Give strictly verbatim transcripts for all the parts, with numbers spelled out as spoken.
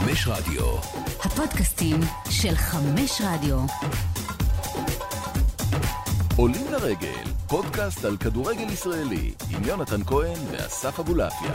חמש רדיו. הפודקאסטים של חמש רדיו. עולים לרגל, פודקאסט על כדורגל ישראלי, עם יונתן כהן ואסף אבולעפיה.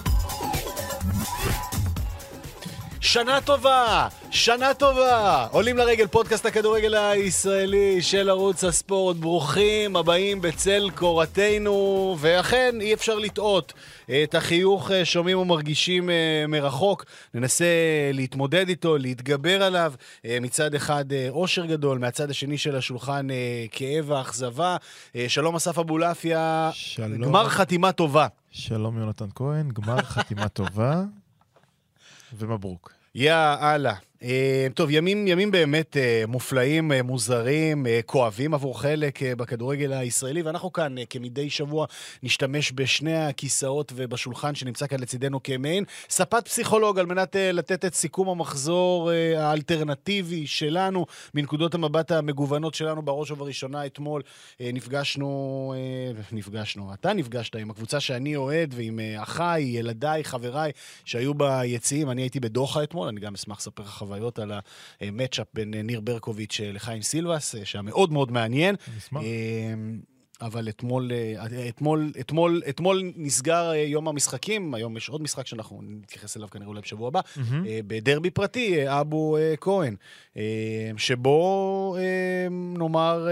שנה טובה, שנה טובה. עולים לרגל, פודקאסט הכדורגל הישראלי של ערוץ הספורט. ברוכים הבאים בצל קורתנו, ואכן אי אפשר לטעות. את החיוך שומעים ומרגישים מרחוק. ננסה להתמודד איתו, להתגבר עליו. מצד אחד אושר גדול, מהצד השני של השולחן כאב ואכזבה. שלום אסף אבולעפיה, גמר חתימה טובה. שלום יונתן כהן, גמר חתימה טובה ומברוק. יא אללה. טוב, ימים, ימים באמת מופלאים, מוזרים, כואבים עבור חלק בכדורגל הישראלי, ואנחנו כאן כמדי שבוע נשתמש בשני הכיסאות ובשולחן שנמצא כאן לצידנו כמעין ספת פסיכולוג, על מנת לתת את סיכום המחזור האלטרנטיבי שלנו, מנקודות המבט המגוונות שלנו. בראש ובראשונה אתמול נפגשנו, נפגשנו, אתה נפגשת עם הקבוצה שאני אוהד, ועם אחיי, ילדיי, חבריי שהיו ביציעים. אני הייתי בדוחה אתמול, אני גם אשמח לספר לך חוויות על המאצ'אפ בין ניר ברקוביץ' לחיים סילבס, שהיה מאוד מאוד מעניין. אבל אתמול, אתמול, אתמול, אתמול נסגר יום המשחקים. היום יש עוד משחק שאנחנו נתייחס אליו כנראה אולי בשבוע הבא, בדרבי פרטי, אבו כהן, שבו נאמר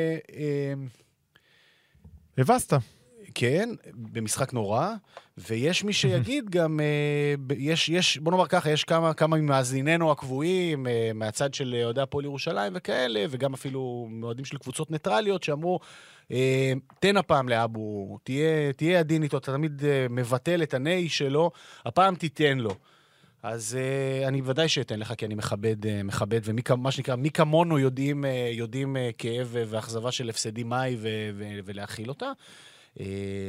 הבסת. כן, במשחק נורא, ויש מי שיגיד גם, יש, יש, בוא נאמר ככה, יש כמה, כמה ממאזיננו הקבועים, מהצד של אוהדי הפועל ירושלים וכאלה, וגם אפילו מאוהדים של קבוצות ניטרליות, שאמרו, תן הפעם לאבו, תהיה, תהיה עדין איתו, אתה תמיד מבטל את הני שלו, הפעם תיתן לו. אז uh, אני ודאי שאתן לך, כי אני מכבד, uh, מכבד, ומה שנקרא, מי כמונו יודעים, uh, יודעים uh, כאב ואכזבה של הפסדים מאי ו- ו- ולהכיל אותה. Uh,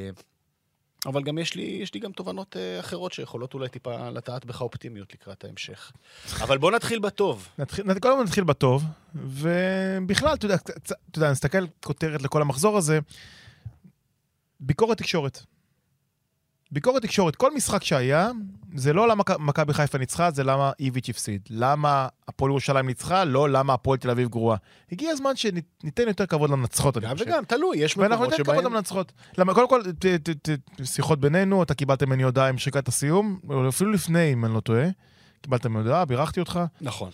אבל גם יש לי, יש לי גם תובנות uh, אחרות שיכולות אולי טיפה לטעת בך אופטימיות לקראת ההמשך. אבל בוא נתחיל בטוב. נתחיל, קודם כל נתחיל בטוב, ובכלל, אתה יודע, אתה יודע, נסתכל כותרת לכל המחזור הזה, ביקורת תקשורת. ביקורת תקשורת, כל משחק שהיה, זה לא למה מכבי חיפה ניצחה, זה למה איביץ' הפסיד. למה הפועל ירושלים ניצחה, לא למה הפועל תל אביב גרועה. הגיע הזמן שניתן יותר כבוד למנצחות. גם וגם, תלוי, יש מקומות שבהם... ואנחנו ניתן כבוד למנצחות. למה, קודם כל, שיחות בינינו, אתה קיבלת ממני הודעה עם שריקת הסיום, אפילו לפני, אם אני לא טועה, קיבלת ממני הודעה, בירכתי אותך. נכון.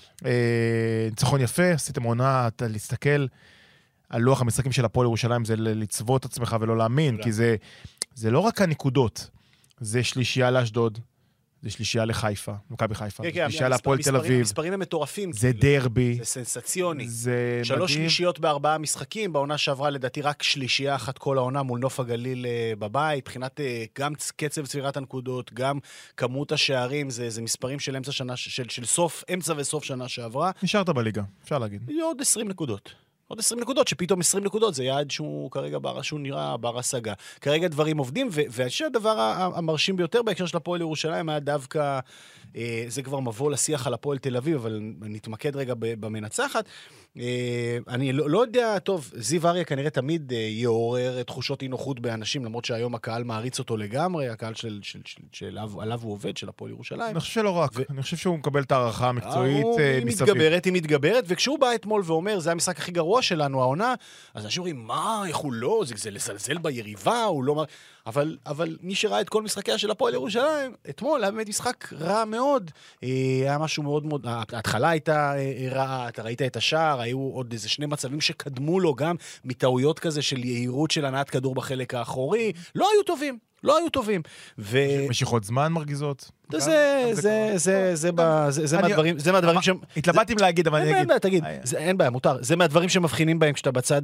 ניצחון יפה, עשיתם עונה, להסתכל על לוח המשחקים של הפועל ירושלים, זה לצוות עצמך ולא להאמין, כי זה, זה לא רק הנקודות. זה שלישייה לאשדוד, זה שלישייה לחיפה, מכבי חיפה, זה שלישייה להפועל תל אביב. המספרים הם מטורפים. זה דרבי. זה סנסציוני. זה מדהים. שלוש שלישיות בארבעה משחקים, בעונה שעברה לדעתי רק שלישייה אחת כל העונה מול נוף הגליל בבית, מבחינת גם קצב צבירת הנקודות, גם כמות השערים, זה, זה מספרים של אמצע שנה, של, של סוף, אמצע וסוף שנה שעברה. נשארת בליגה, אפשר להגיד. עוד עשרים נקודות. עוד עשרים נקודות, שפתאום עשרים נקודות, זה יעד שהוא כרגע בר, שהוא נראה בר השגה. כרגע דברים עובדים, והדבר המרשים ביותר בהקשר של הפועל ירושלים היה דווקא, אה, זה כבר מבוא לשיח על הפועל תל אביב, אבל נתמקד רגע במנצחת. אה, אני לא, לא יודע, טוב, זיו אריה כנראה תמיד אה, יעורר תחושות אי נוחות באנשים, למרות שהיום הקהל מעריץ אותו לגמרי, הקהל של, של, של, של, של עליו הוא עובד, של הפועל ירושלים. אני חושב שלא רק, ו... אני חושב שהוא מקבל את הערכה המקצועית אה, מסביב. היא מתגברת, היא מתגברת, וכשהוא בא אתמול ואומר, זה המשחק הכי גרוע שלנו, העונה, אז אנשים אומרים, מה, איך הוא לא, זה, זה לזלזל ביריבה, הוא לא... אבל, אבל מי שראה את כל משחקיה של הפועל ירושלים, אתמול היה באמת משחק רע מאוד, היה משהו מאוד מאוד, ההתחלה הייתה רעה, אתה ראית את השער, היו עוד איזה שני מצבים שקדמו לו גם מטעויות כזה של יהירות של הנעת כדור בחלק האחורי, לא היו טובים. לא היו טובים. משיכות זמן מרגיזות. זה, זה, זה, זה, זה מהדברים, זה מהדברים ש... התלבטתי להגיד, אבל אני אגיד. תגיד, אין בעיה, מותר. זה מהדברים שמבחינים בהם כשאתה בצד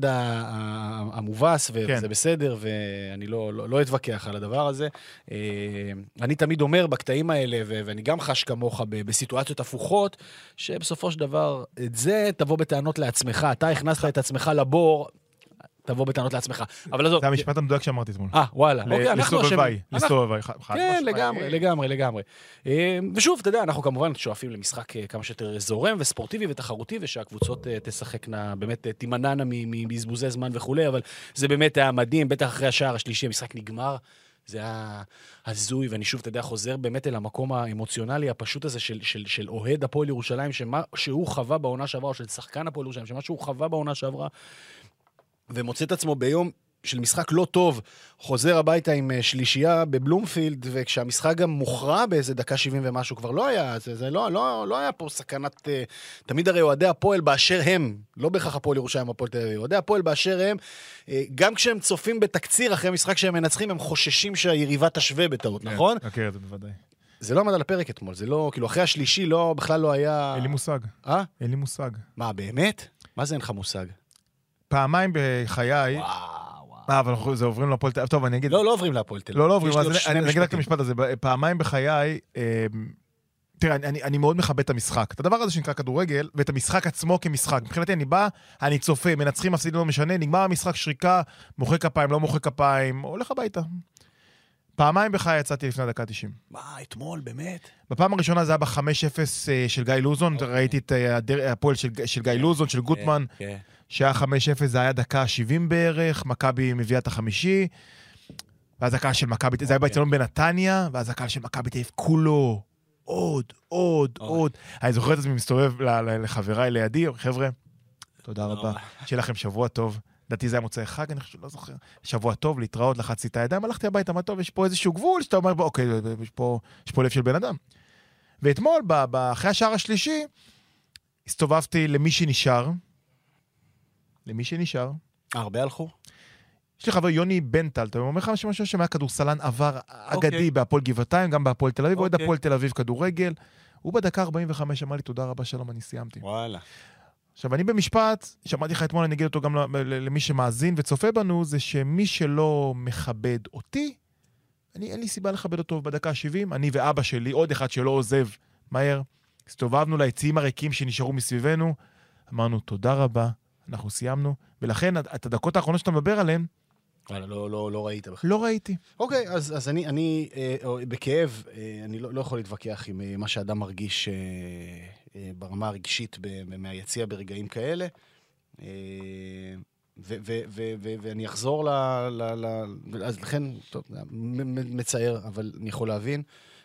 המובס, וזה בסדר, ואני לא אתווכח על הדבר הזה. אני תמיד אומר בקטעים האלה, ואני גם חש כמוך בסיטואציות הפוכות, שבסופו של דבר, את זה תבוא בטענות לעצמך. אתה הכנסת את עצמך לבור, תבוא בטענות לעצמך. אבל עזוב. זה המשפט המדויק שאמרתי אתמול. אה, וואלה. אוקיי, אנחנו לסובביי. לסובביי. כן, לגמרי, לגמרי, לגמרי. ושוב, אתה יודע, אנחנו כמובן שואפים למשחק כמה שיותר זורם וספורטיבי ותחרותי, ושהקבוצות תשחקנה, באמת תימנענה מבזבוזי זמן וכו', אבל זה באמת היה מדהים, בטח אחרי השער השלישי, המשחק נגמר זה היה הזוי, ואני שוב, אתה יודע, חוזר באמת אל המקום האמוציונלי הפשוט הזה של, של, של אוהד הפועל ירושלים, שמה שהוא חווה בעונה שעברה, או של שחקן הפועל ירושלים, שמה שהוא חווה בעונה שעברה, ומוצא את עצמו ביום של משחק לא טוב, חוזר הביתה עם שלישייה בבלומפילד, וכשהמשחק גם מוכרע באיזה דקה שבעים ומשהו, כבר לא היה, זה, זה לא, לא, לא היה פה סכנת, תמיד הרי אוהדי הפועל באשר הם, לא בהכרח הפועל ירושלים, הפועל תל אביב, אוהדי הפועל באשר הם, גם כשהם צופים בתקציר אחרי המשחק שהם מנצחים, הם חוששים שהיריבה תשווה בטעות, נכון? אוקיי, זה בוודאי. זה לא עמד על הפרק אתמול, זה לא, כאילו אחרי השלישי לא, בכלל לא היה... אין לי מושג. אה? אין לי מושג. מה, באמת? מה זה אין לך מושג? פעמיים בחיי... אה, אבל זה עוברים להפועל תל אביב. טוב, אני אגיד... לא, לא עוברים להפועל תל אביב. לא, לא עוברים, אז אני אגיד רק את המשפט הזה. פעמיים בחיי, תראה, אני מאוד מכבד את המשחק. את הדבר הזה שנקרא כדורגל, ואת המשחק עצמו כמשחק. מבחינתי אני בא, אני צופה, מנצחים, מפסידים, לא משנה, נגמר המשחק שריקה, מוחא כפיים, לא מוחא כפיים, הולך הביתה. פעמיים בחיי יצאתי לפני דקה תשעים. מה, אתמול, באמת? בפעם הראשונה זה היה ב-חמש אפס של גיא לוזון, ראיתי את הפועל של גיא לוזון, של גוטמן, שהיה חמש אפס, זה היה דקה שבעים בערך, מכבי מביאה את החמישי, ואז הקהל של מכבי, זה היה באצטדיון בנתניה, ואז הקהל של מכבי תל אביב כולו, עוד, עוד, עוד. אני זוכר את עצמי מסתובב לחבריי לידי, חבר'ה, תודה רבה, שיהיה לכם שבוע טוב. דעתי זה היה מוצאי חג, אני חושב, לא זוכר. שבוע טוב, להתראות, לחצי את הידיים, הלכתי הביתה, מה טוב, יש פה איזשהו גבול, שאתה אומר, אוקיי, יש פה, יש פה לב של בן אדם. ואתמול, אחרי השער השלישי, הסתובבתי למי שנשאר, למי שנשאר. הרבה הלכו? יש לי חבר יוני בנטל, אתה אומר לך משהו שמהיה כדורסלן עבר אגדי בהפועל גבעתיים, גם בהפועל תל אביב, עוד הפועל תל אביב כדורגל. הוא בדקה ארבעים וחמש אמר לי, תודה רבה, שלום, אני סיימתי. וואלה. עכשיו, אני במשפט, שמעתי לך אתמול, אני אגיד אותו גם למי שמאזין וצופה בנו, זה שמי שלא מכבד אותי, אני, אין לי סיבה לכבד אותו בדקה ה-שבעים, אני ואבא שלי, עוד אחד שלא עוזב מהר, הסתובבנו ליציעים הריקים שנשארו מסביבנו, אמרנו, תודה רבה, אנחנו סיימנו, ולכן, את הדקות האחרונות שאתה מדבר עליהן, וואלה, לא, לא, לא ראית בכלל. לא ראיתי. אוקיי, אז, אז אני, אני אה, בכאב, אה, אני לא, לא יכול להתווכח עם אה, מה שאדם מרגיש אה, אה, ברמה הרגשית ב, מהיציע ברגעים כאלה. אה, ו, ו, ו, ו, ואני אחזור ל... ל, ל אז לכן, טוב, מצער, אבל אני יכול להבין.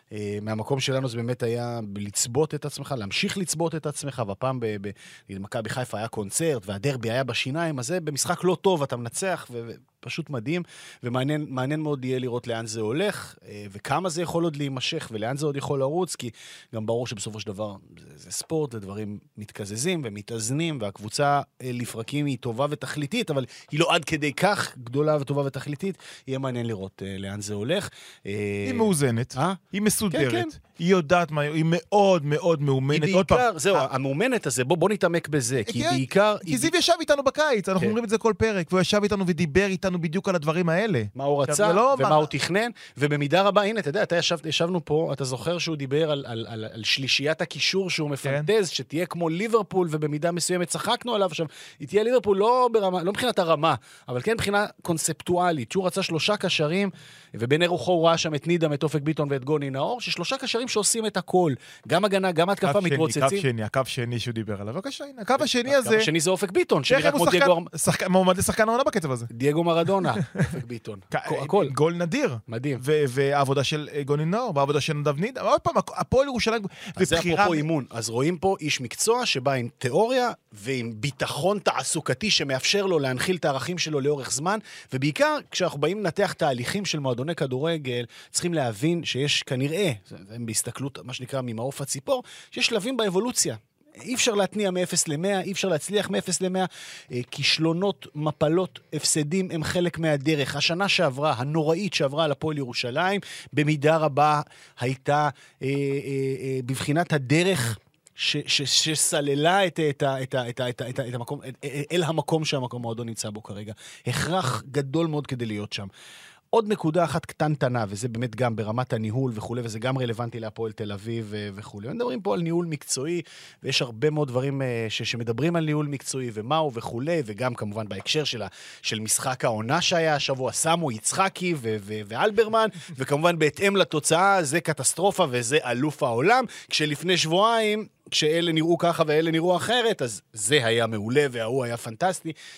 מהמקום שלנו זה באמת היה לצבות את עצמך, להמשיך לצבות את עצמך, והפעם במכבי חיפה היה קונצרט, והדרבי היה בשיניים, אז זה במשחק לא טוב, אתה מנצח, ופשוט מדהים, ומעניין מעניין מאוד יהיה לראות לאן זה הולך, וכמה זה יכול עוד להימשך, ולאן זה עוד יכול לרוץ, כי גם ברור שבסופו של דבר זה, זה ספורט, זה דברים מתקזזים ומתאזנים, והקבוצה לפרקים היא טובה ותכליתית, אבל היא לא עד כדי כך גדולה וטובה ותכליתית, יהיה מעניין לראות לאן זה הולך. היא מאוזנת, אה? היא מסודרת, כן, כן. היא יודעת מה, היא מאוד מאוד מאומנת. היא בעיקר, זהו, המאומנת הזה, בוא, בוא נתעמק בזה, כי בעיקר... כי זיו ישב איתנו בקיץ, אנחנו אומרים את זה כל פרק, והוא ישב איתנו ודיבר איתנו בדיוק על הדברים האלה. מה הוא רצה, ומה הוא תכנן, ובמידה רבה, הנה, אתה יודע, אתה ישבנו פה, אתה זוכר שהוא דיבר על שלישיית הקישור שהוא מפנטז, שתהיה כמו ליברפול, ובמידה מסוימת צחקנו עליו, עכשיו, היא תהיה ליברפול לא ברמה, לא מבחינת הרמה, אבל כן מבחינה קונספטואלית, שהוא רצה שלושה קשרים, ובין רוחו הוא ראה שם את נידם, את אופק ביטון ואת גוני נאור, ששלושה קשרים שעושים את הכל, גם הגנה, גם התקפה מתרוצצים. קו שני, הקו שני שהוא דיבר עליו, בבקשה, הנה, הקו השני הזה... הקו השני זה אופק ביטון, שנראה כמו דייגו... מועמד לשחקן העונה בקצב הזה. דייגו מרדונה, אופק ביטון. הכל. גול נדיר. מדהים. והעבודה של גוני נאור, והעבודה של נדב נידם, עוד פעם, הפועל ירושלים... אז זה אפרופו אימון. אז רואים פה איש מקצוע שבא עם תיאוריה ועם ביטחון תעסוקתי שמאפשר לו להנחיל את הערכים שלו לאורך זמן, ובעיקר כשאנחנו באים לנתח תהליכים של מועדוני כדורגל, צריכים להבין שיש כנראה, זה בהסתכלות, מה שנקרא, ממעוף הציפור, שיש שלבים באבולוציה. אי אפשר להתניע מ-אפס ל-מאה, אי אפשר להצליח מ-אפס ל-מאה. כישלונות, מפלות, הפסדים הם חלק מהדרך. השנה שעברה, הנוראית שעברה על הפועל ירושלים, במידה רבה הייתה אה, אה, אה, בבחינת הדרך ש- ש- שסללה את, את, את, את, את, את, את המקום, אל המקום שהמקום המועדון נמצא בו כרגע. הכרח גדול מאוד כדי להיות שם. עוד נקודה אחת קטנטנה, וזה באמת גם ברמת הניהול וכו', וזה גם רלוונטי להפועל תל אביב וכו'. מדברים פה על ניהול מקצועי, ויש הרבה מאוד דברים ש- שמדברים על ניהול מקצועי ומהו וכו', וגם כמובן בהקשר שלה, של משחק העונה שהיה השבוע, סמו, יצחקי ו- ו- ואלברמן, וכמובן בהתאם לתוצאה, זה קטסטרופה וזה אלוף העולם, כשלפני שבועיים, כשאלה נראו ככה ואלה נראו אחרת, אז זה היה מעולה והוא היה פנטסטי.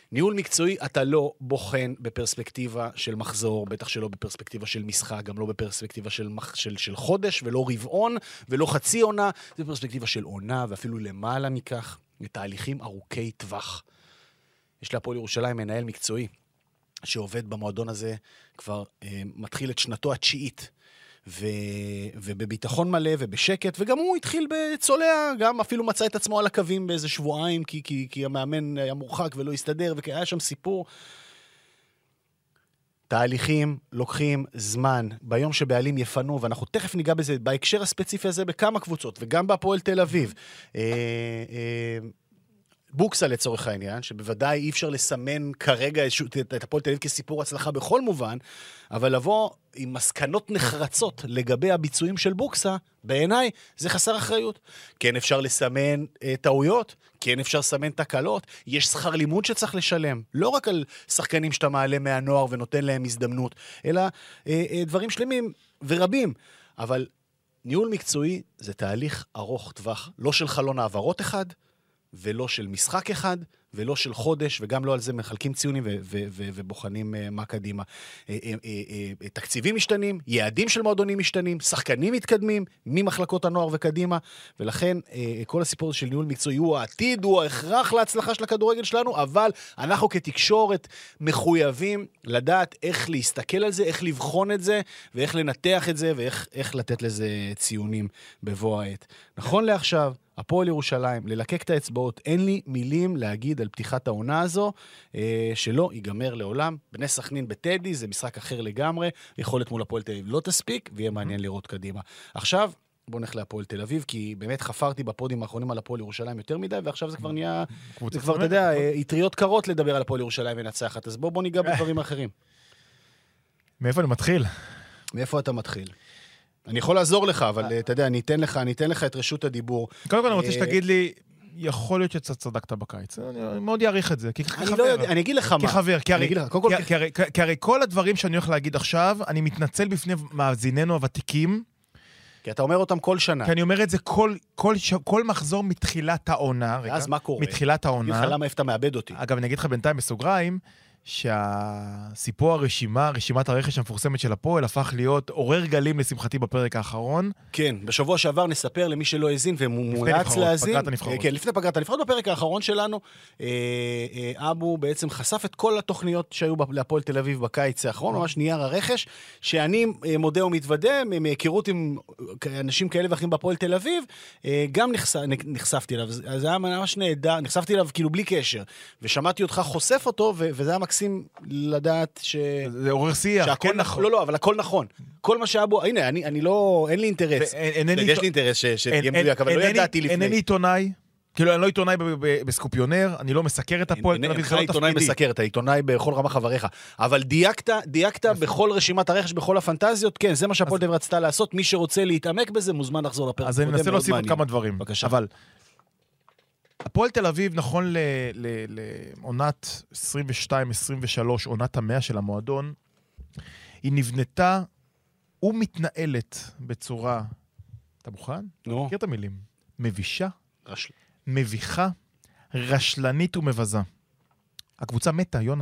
ניהול מקצועי, אתה לא בוחן בפרספקטיבה של מחזור, בטח שלא בפרספקטיבה של משחק, גם לא בפרספקטיבה של, של, של חודש, ולא רבעון, ולא חצי עונה, זה בפרספקטיבה של עונה, ואפילו למעלה מכך, בתהליכים ארוכי טווח. יש להפועל ירושלים מנהל מקצועי, שעובד במועדון הזה, כבר אה, מתחיל את שנתו התשיעית, ו... ובביטחון מלא ובשקט, וגם הוא התחיל בצולע, גם אפילו מצא את עצמו על הקווים באיזה שבועיים, כי, כי, כי המאמן היה מורחק ולא הסתדר, והיה שם סיפור. תהליכים לוקחים זמן, ביום שבעלים יפנו, ואנחנו תכף ניגע בזה, בהקשר הספציפי הזה, בכמה קבוצות, וגם בהפועל תל אביב. אה, אה, בוקסה לצורך העניין, שבוודאי אי אפשר לסמן כרגע את הפועל תל אביב כסיפור הצלחה בכל מובן, אבל לבוא עם מסקנות נחרצות לגבי הביצועים של בוקסה, בעיניי זה חסר אחריות. כן אפשר לסמן אה, טעויות, כן אפשר לסמן תקלות, יש שכר לימוד שצריך לשלם, לא רק על שחקנים שאתה מעלה מהנוער ונותן להם הזדמנות, אלא אה, אה, דברים שלמים ורבים, אבל ניהול מקצועי זה תהליך ארוך טווח, לא של חלון העברות אחד, ולא של משחק אחד, ולא של חודש, וגם לא על זה מחלקים ציונים ו- ו- ו- ובוחנים uh, מה קדימה. Uh, uh, uh, uh, תקציבים משתנים, יעדים של מועדונים משתנים, שחקנים מתקדמים, ממחלקות הנוער וקדימה, ולכן uh, כל הסיפור של ניהול מקצועי הוא העתיד, הוא ההכרח להצלחה של הכדורגל שלנו, אבל אנחנו כתקשורת מחויבים לדעת איך להסתכל על זה, איך לבחון את זה, ואיך לנתח את זה, ואיך איך לתת לזה ציונים בבוא העת. נכון לעכשיו, הפועל ירושלים, ללקק את האצבעות, אין לי מילים להגיד על פתיחת העונה הזו, אה, שלא ייגמר לעולם. בני סכנין בטדי, זה משחק אחר לגמרי, יכולת מול הפועל תל אביב לא תספיק, ויהיה מעניין לראות קדימה. עכשיו, בוא נלך להפועל תל אביב, כי באמת חפרתי בפודים האחרונים על הפועל ירושלים יותר מדי, ועכשיו זה כבר נהיה, זה כבר, אתה יודע, יטריות קרות לדבר על הפועל ירושלים ונצחת, אז בוא, בוא ניגע בדברים אחרים. מאיפה אני מתחיל? מאיפה אתה מתחיל? אני יכול לעזור לך, אבל אתה יודע, אני אתן לך, אני אתן לך את רשות הדיבור. קודם כל אני רוצה שתגיד לי, יכול להיות שאתה צדקת בקיץ. אני מאוד יעריך את זה, כחבר. אני אגיד לך מה. כחבר, כי הרי כל הדברים שאני הולך להגיד עכשיו, אני מתנצל בפני מאזיננו הוותיקים. כי אתה אומר אותם כל שנה. כי אני אומר את זה כל מחזור מתחילת העונה. אז מה קורה? מתחילת העונה. אני אגיד לך למה איפה אתה מאבד אותי. אגב, אני אגיד לך בינתיים בסוגריים, שהסיפור הרשימה, רשימת הרכש המפורסמת של הפועל, הפך להיות עורר גלים לשמחתי בפרק האחרון. כן, בשבוע שעבר נספר למי שלא הזין ומומלץ להזין. פגרת הנבחרות. כן, לפני פגרת הנבחרות, בפרק האחרון שלנו, אבו בעצם חשף את כל התוכניות שהיו להפועל תל אביב בקיץ האחרון, ממש נייר הרכש, שאני מודה ומתוודה, מהיכרות עם אנשים כאלה ואחרים בהפועל תל אביב, גם נחשפתי אליו. זה היה ממש נהדר, נחשפתי אליו כאילו בלי קשר, ושמעתי אותך חושף אותו, וזה היה מקסים לדעת ש... זה עורר שיח, כן נכון. לא, לא, אבל הכל נכון. כל מה שאבו... הנה, אני, אני לא... אין לי אינטרס. יש לי אינטרס שתהיה מדויק, אבל לא ידעתי לפני. אינני עיתונאי, כאילו, אני לא עיתונאי בסקופיונר, אני לא מסקר את הפועל. אינך עיתונאי מסקר, אתה עיתונאי בכל רמה חבריך. אבל דייקת, דייקת בכל רשימת הרכש, בכל הפנטזיות, כן, זה מה שהפועל תל אביב רצתה לעשות. מי שרוצה להתעמק בזה, מוזמן לחזור לפרק. אז אני מנסה להוסיף עוד כמה דברים. בבקשה. אבל הפועל תל אביב, נכון לעונת עשרים ושתיים עשרים ושלוש, עונת המאה של המועדון, היא נבנתה ומתנהלת בצורה, אתה מוכן? נו. מכיר את המילים? מבישה, רשל... מביכה, רשלנית ומבזה. הקבוצה מתה, יונה.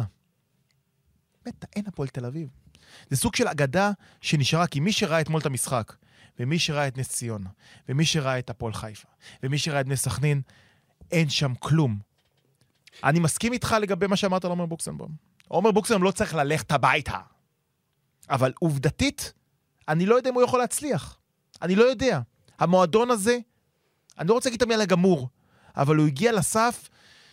מתה, אין הפועל תל אביב. זה סוג של אגדה שנשארה, כי מי שראה אתמול את המשחק, ומי שראה את נס ציונה, ומי שראה את הפועל חיפה, ומי שראה את בני סכנין, אין שם כלום. אני מסכים איתך לגבי מה שאמרת על עומר בוקסנבום. עומר בוקסנבום לא צריך ללכת הביתה. אבל עובדתית, אני לא יודע אם הוא יכול להצליח. אני לא יודע. המועדון הזה, אני לא רוצה להגיד את המילה גמור, אבל הוא הגיע לסף